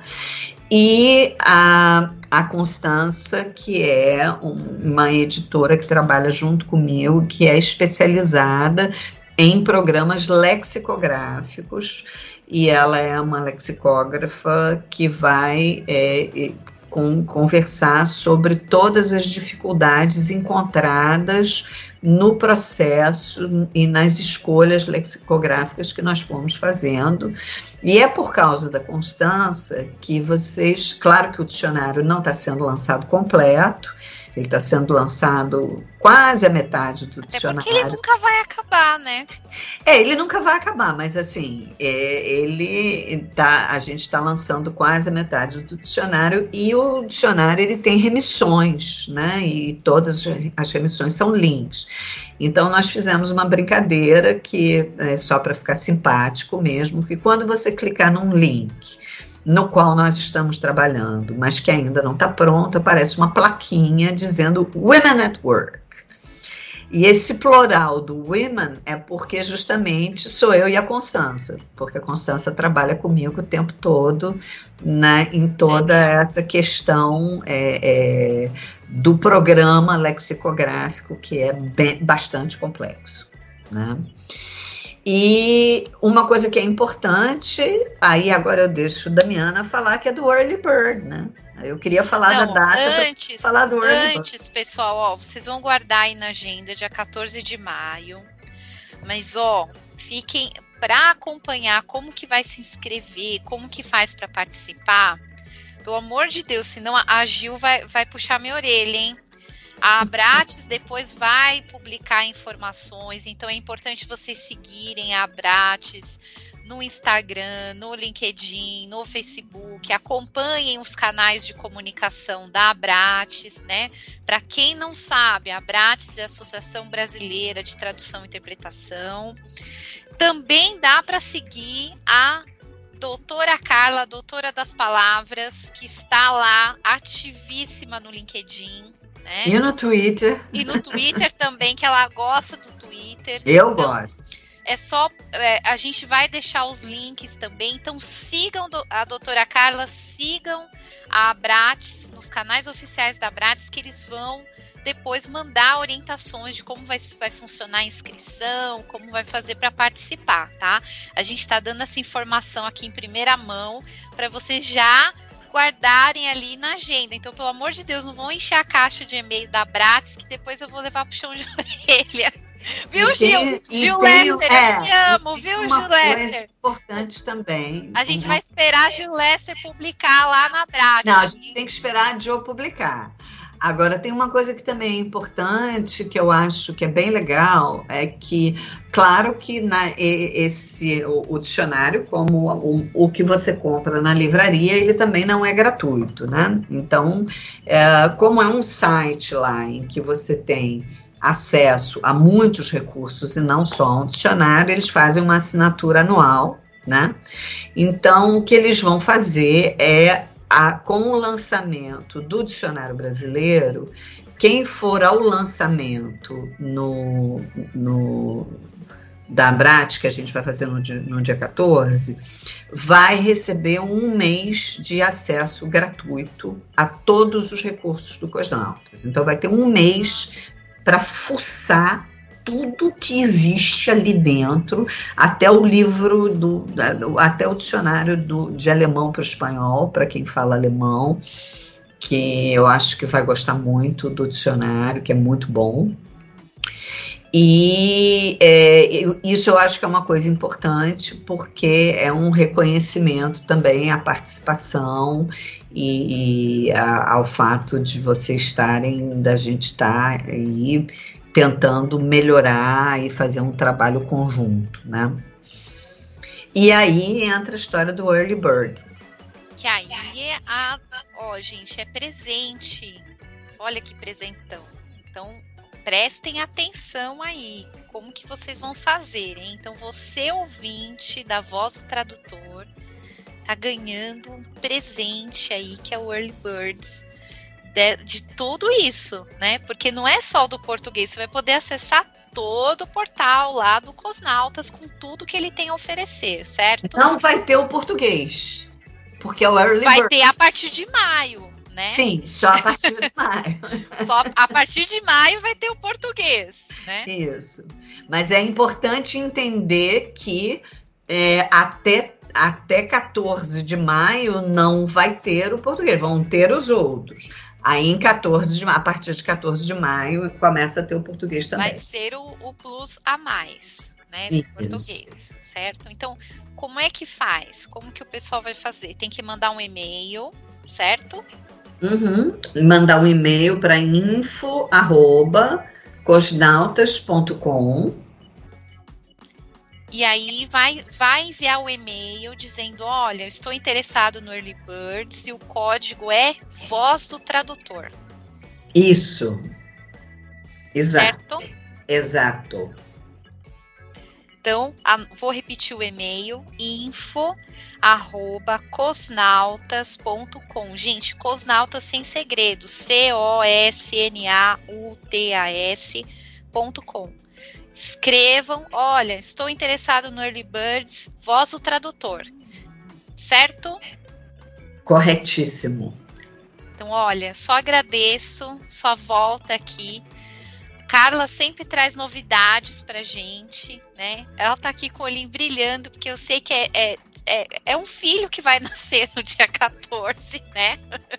E a, a Constança, que é um, uma editora que trabalha junto comigo, que é especializada em programas lexicográficos, e ela é uma lexicógrafa que vai é, com, conversar sobre todas as dificuldades encontradas no processo e nas escolhas lexicográficas que nós fomos fazendo. E é por causa da Constança que vocês... Claro que o dicionário não está sendo lançado completo, ele está sendo lançado quase a metade do Até dicionário. Porque ele nunca vai acabar, né? É, ele nunca vai acabar, mas assim, é, ele tá, a gente está lançando quase a metade do dicionário e o dicionário ele tem remissões, né? E todas as remissões são links. Então nós fizemos uma brincadeira que é só para ficar simpático mesmo, que quando você clicar num link no qual nós estamos trabalhando, mas que ainda não está pronto, aparece uma plaquinha dizendo Women at Work. E esse plural do women é porque justamente sou eu e a Constança, porque a Constança trabalha comigo o tempo todo, né, em toda Sim. essa questão é, é, do programa lexicográfico, que é bem, bastante complexo, né? E uma coisa que é importante, aí agora eu deixo a Damiana falar, que é do Early Bird, né? Eu queria falar Não, da data, antes, falar do Early antes, Bird. pessoal, ó, vocês vão guardar aí na agenda, dia quatorze de maio. Mas, ó, fiquem para acompanhar como que vai se inscrever, como que faz para participar. Pelo amor de Deus, senão a Gil vai, vai puxar minha orelha, hein? A Abrates depois vai publicar informações, então é importante vocês seguirem a Abrates no Instagram, no LinkedIn, no Facebook, acompanhem os canais de comunicação da Abrates, né? Para quem não sabe, a Abrates é a Associação Brasileira de Tradução e Interpretação. Também dá para seguir a doutora Carla, a doutora das palavras, que está lá ativíssima no LinkedIn. Né? E no Twitter. E no Twitter também, que ela gosta do Twitter. Eu então, gosto. É só, é, a gente vai deixar os links também, então sigam a doutora Carla, sigam a Abrates, nos canais oficiais da Abrates, que eles vão depois mandar orientações de como vai, vai funcionar a inscrição, como vai fazer para participar, tá? A gente está dando essa informação aqui em primeira mão, para vocês já guardarem ali na agenda. Então, pelo amor de Deus, não vão encher a caixa de e-mail da Abrates, que depois eu vou levar pro chão de orelha. Viu, e Gil? tem, Gil tem, Lester, é, eu te amo, viu, uma Gil coisa Lester? Importante também. A gente vai esperar a Gil Lester publicar lá na Abrates. Não, a gente tem que esperar a Gil publicar. Agora, tem uma coisa que também é importante, que eu acho que é bem legal, é que, claro que na, esse, o, o dicionário, como o, o que você compra na livraria, ele também não é gratuito, né? Então, é, como é um site lá em que você tem acesso a muitos recursos e não só a um dicionário, eles fazem uma assinatura anual, né? Então, o que eles vão fazer é, a, com o lançamento do dicionário brasileiro, quem for ao lançamento no, no, da Abrates, que a gente vai fazer no dia, no dia quatorze, vai receber um mês de acesso gratuito a todos os recursos do Cosnautas. Então, vai ter um mês para fuçar tudo que existe ali dentro, até o livro, do, até o dicionário do, de alemão para o espanhol, para quem fala alemão, que eu acho que vai gostar muito do dicionário, que é muito bom. E é, isso eu acho que é uma coisa importante, porque é um reconhecimento também à participação e, e a, ao fato de vocês estarem, da gente estar aí tentando melhorar e fazer um trabalho conjunto, né? E aí entra a história do Early Bird. Que aí é a... Ó, gente, é presente. Olha que presentão. Então, prestem atenção aí. Como que vocês vão fazer, hein? Então, você, ouvinte da Voz do Tradutor, tá ganhando um presente aí, que é o Early Birds. De, de tudo isso, né? Porque não é só do português, você vai poder acessar todo o portal lá do Cosnautas com tudo que ele tem a oferecer, certo? Não vai ter o português, porque é o Early vai Bird. ter a partir de maio, né? Sim, só a partir de maio. Só a partir de maio vai ter o português, né? Isso. Mas é importante entender que é, até, até quatorze de maio não vai ter o português, vão ter os outros. Aí, em quatorze de maio, a partir de quatorze de maio, começa a ter o português também. Vai ser o, o plus a mais, né, do português, certo? Então, como é que faz? Como que o pessoal vai fazer? Tem que mandar um e-mail, certo? Uhum. Mandar um e-mail para info arroba cosnautas ponto com. E aí vai, vai enviar o e-mail dizendo, olha, estou interessado no Early Birds e o código é Voz do Tradutor. Isso. Exato. Certo? Exato. Então, a, vou repetir o e-mail, info arroba cosnautas ponto com. Gente, Cosnautas sem segredo, C O S N A U T A S ponto com. Escrevam, olha, estou interessado no Early Birds, Voz do Tradutor, certo? Corretíssimo. Então, olha, só agradeço, só volta aqui. Carla sempre traz novidades pra gente, né? Ela tá aqui com o olhinho brilhando, porque eu sei que é, é, é, é um filho que vai nascer no dia quatorze, né?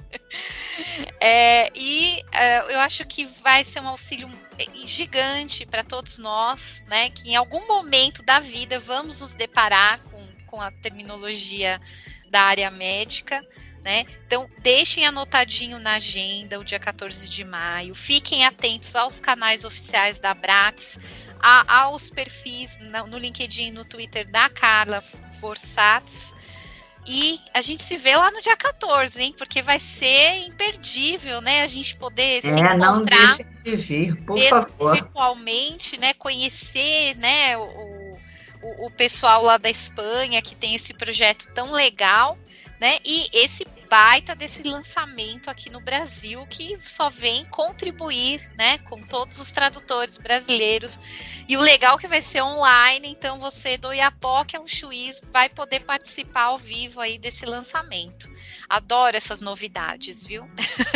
É, e uh, eu acho que vai ser um auxílio gigante para todos nós, né? Que em algum momento da vida vamos nos deparar com, com a terminologia da área médica, né? Então, deixem anotadinho na agenda o dia quatorze de maio. Fiquem atentos aos canais oficiais da Abrates, a, aos perfis no, no LinkedIn e no Twitter da Carla Forsatz. E a gente se vê lá no dia quatorze, hein? Porque vai ser imperdível, né? A gente poder se é, encontrar. Não deixe de vir, por favor. Virtualmente, né? Conhecer, né? O, o, o pessoal lá da Espanha que tem esse projeto tão legal, né? E esse baita desse lançamento aqui no Brasil, que só vem contribuir, né, com todos os tradutores brasileiros. E o legal é que vai ser online, então você do Iapoque ao Chuís vai poder participar ao vivo aí desse lançamento. Adoro essas novidades, viu?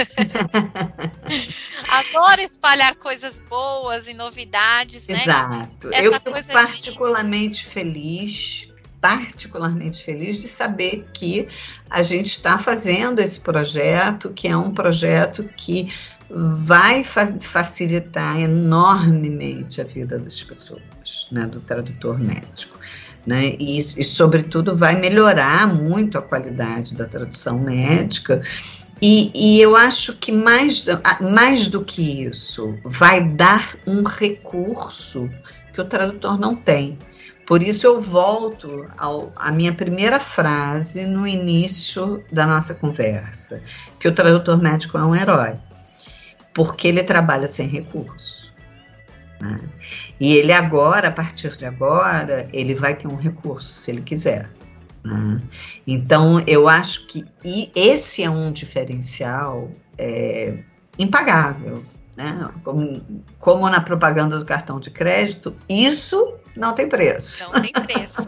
Adoro espalhar coisas boas e novidades, né? Exato. Essa Eu fico coisa particularmente de... feliz particularmente feliz de saber que a gente está fazendo esse projeto, que é um projeto que vai fa- facilitar enormemente a vida das pessoas, né, do tradutor médico, né, e, e, sobretudo, vai melhorar muito a qualidade da tradução médica. E, e eu acho que mais, mais do que isso, vai dar um recurso que o tradutor não tem. Por isso eu volto ao, à minha primeira frase no início da nossa conversa, que o tradutor médico é um herói, porque ele trabalha sem recurso, né? E ele agora, a partir de agora, ele vai ter um recurso, se ele quiser, né? Então, eu acho que e esse é um diferencial é, impagável, né? Como, como na propaganda do cartão de crédito, isso não tem preço. Não tem preço.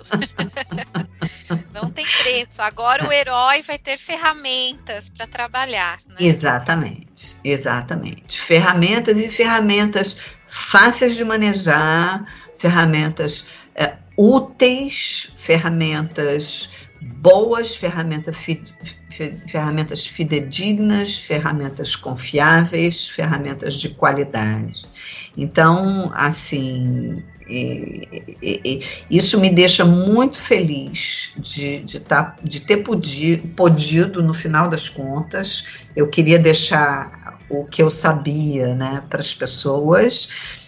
Não tem preço. Agora o herói vai ter ferramentas para trabalhar, né? Exatamente, exatamente. Ferramentas e ferramentas fáceis de manejar, ferramentas é, úteis, ferramentas boas, ferramentas, fi, fi, ferramentas fidedignas, ferramentas confiáveis, ferramentas de qualidade. Então, assim, e, e, e, isso me deixa muito feliz de, de, tá, de ter podido, podido, no final das contas, eu queria deixar o que eu sabia, né, para as pessoas,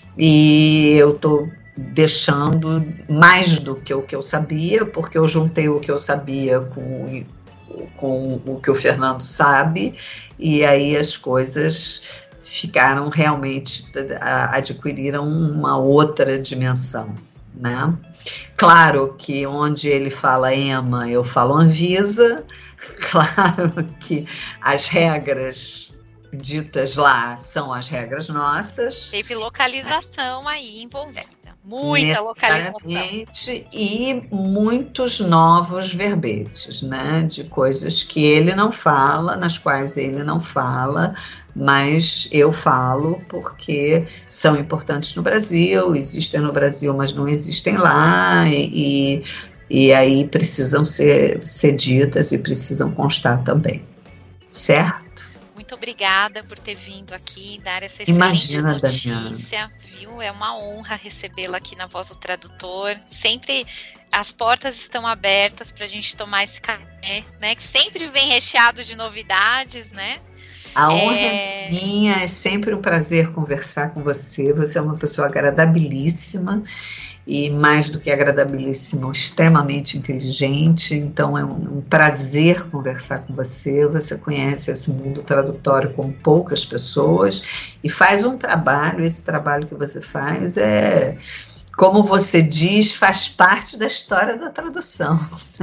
e eu estou deixando mais do que o que eu sabia, porque eu juntei o que eu sabia com, com o que o Fernando sabe, e aí as coisas ficaram realmente, adquiriram uma outra dimensão, né? Claro que onde ele fala EMA, eu falo Anvisa, claro que as regras ditas lá são as regras nossas. Teve localização aí envolvida, muita localização. E muitos novos verbetes, né, de coisas que ele não fala, nas quais ele não fala, mas eu falo porque são importantes no Brasil, existem no Brasil, mas não existem lá, e, e aí precisam ser, ser ditas e precisam constar também, certo? Muito obrigada por ter vindo aqui dar essa excelente Imagina, notícia, viu? É uma honra recebê-la aqui na Voz do Tradutor. Sempre as portas estão abertas para a gente tomar esse café, né? Que sempre vem recheado de novidades, né? A honra é... é minha, é sempre um prazer conversar com você. Você é uma pessoa agradabilíssima. E mais do que agradabilíssimo, extremamente inteligente, então é um, um prazer conversar com você. Você conhece esse mundo tradutório como poucas pessoas e faz um trabalho, esse trabalho que você faz é, como você diz, faz parte da história da tradução.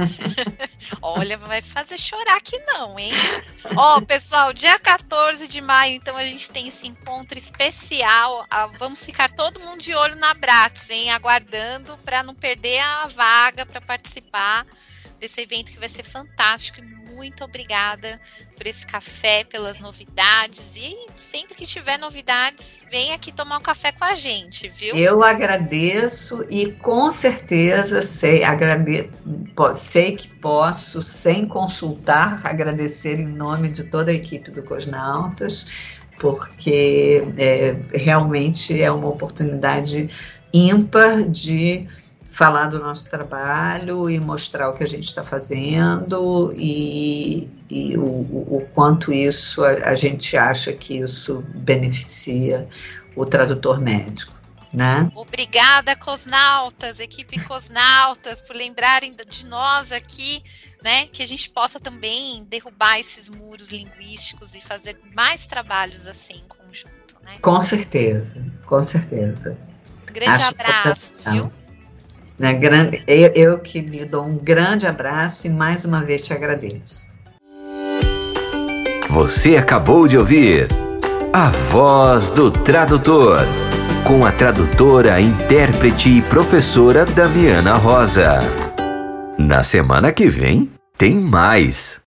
Olha, vai fazer chorar aqui não, hein? Ó, oh, pessoal, dia quatorze de maio, então a gente tem esse encontro especial. Vamos ficar todo mundo de olho na Abrates, hein? Aguardando para não perder a vaga para participar desse evento que vai ser fantástico. Muito obrigada por esse café, pelas novidades. E sempre que tiver novidades, vem aqui tomar um café com a gente, viu? Eu agradeço e com certeza sei, agrade, sei que posso, sem consultar, agradecer em nome de toda a equipe do Cosnautas, porque é, realmente é uma oportunidade ímpar de falar do nosso trabalho e mostrar o que a gente está fazendo e, e o, o quanto isso, a, a gente acha que isso beneficia o tradutor médico, né? Obrigada, Cosnautas, equipe Cosnautas, por lembrarem de nós aqui, né? Que a gente possa também derrubar esses muros linguísticos e fazer mais trabalhos assim em conjunto, né? Com certeza, com certeza. Grande acho abraço, viu? Né, grande, eu, eu que lhe dou um grande abraço e mais uma vez te agradeço. Você acabou de ouvir A Voz do Tradutor, com a tradutora, intérprete e professora Damiana Rosa. Na semana que vem, tem mais.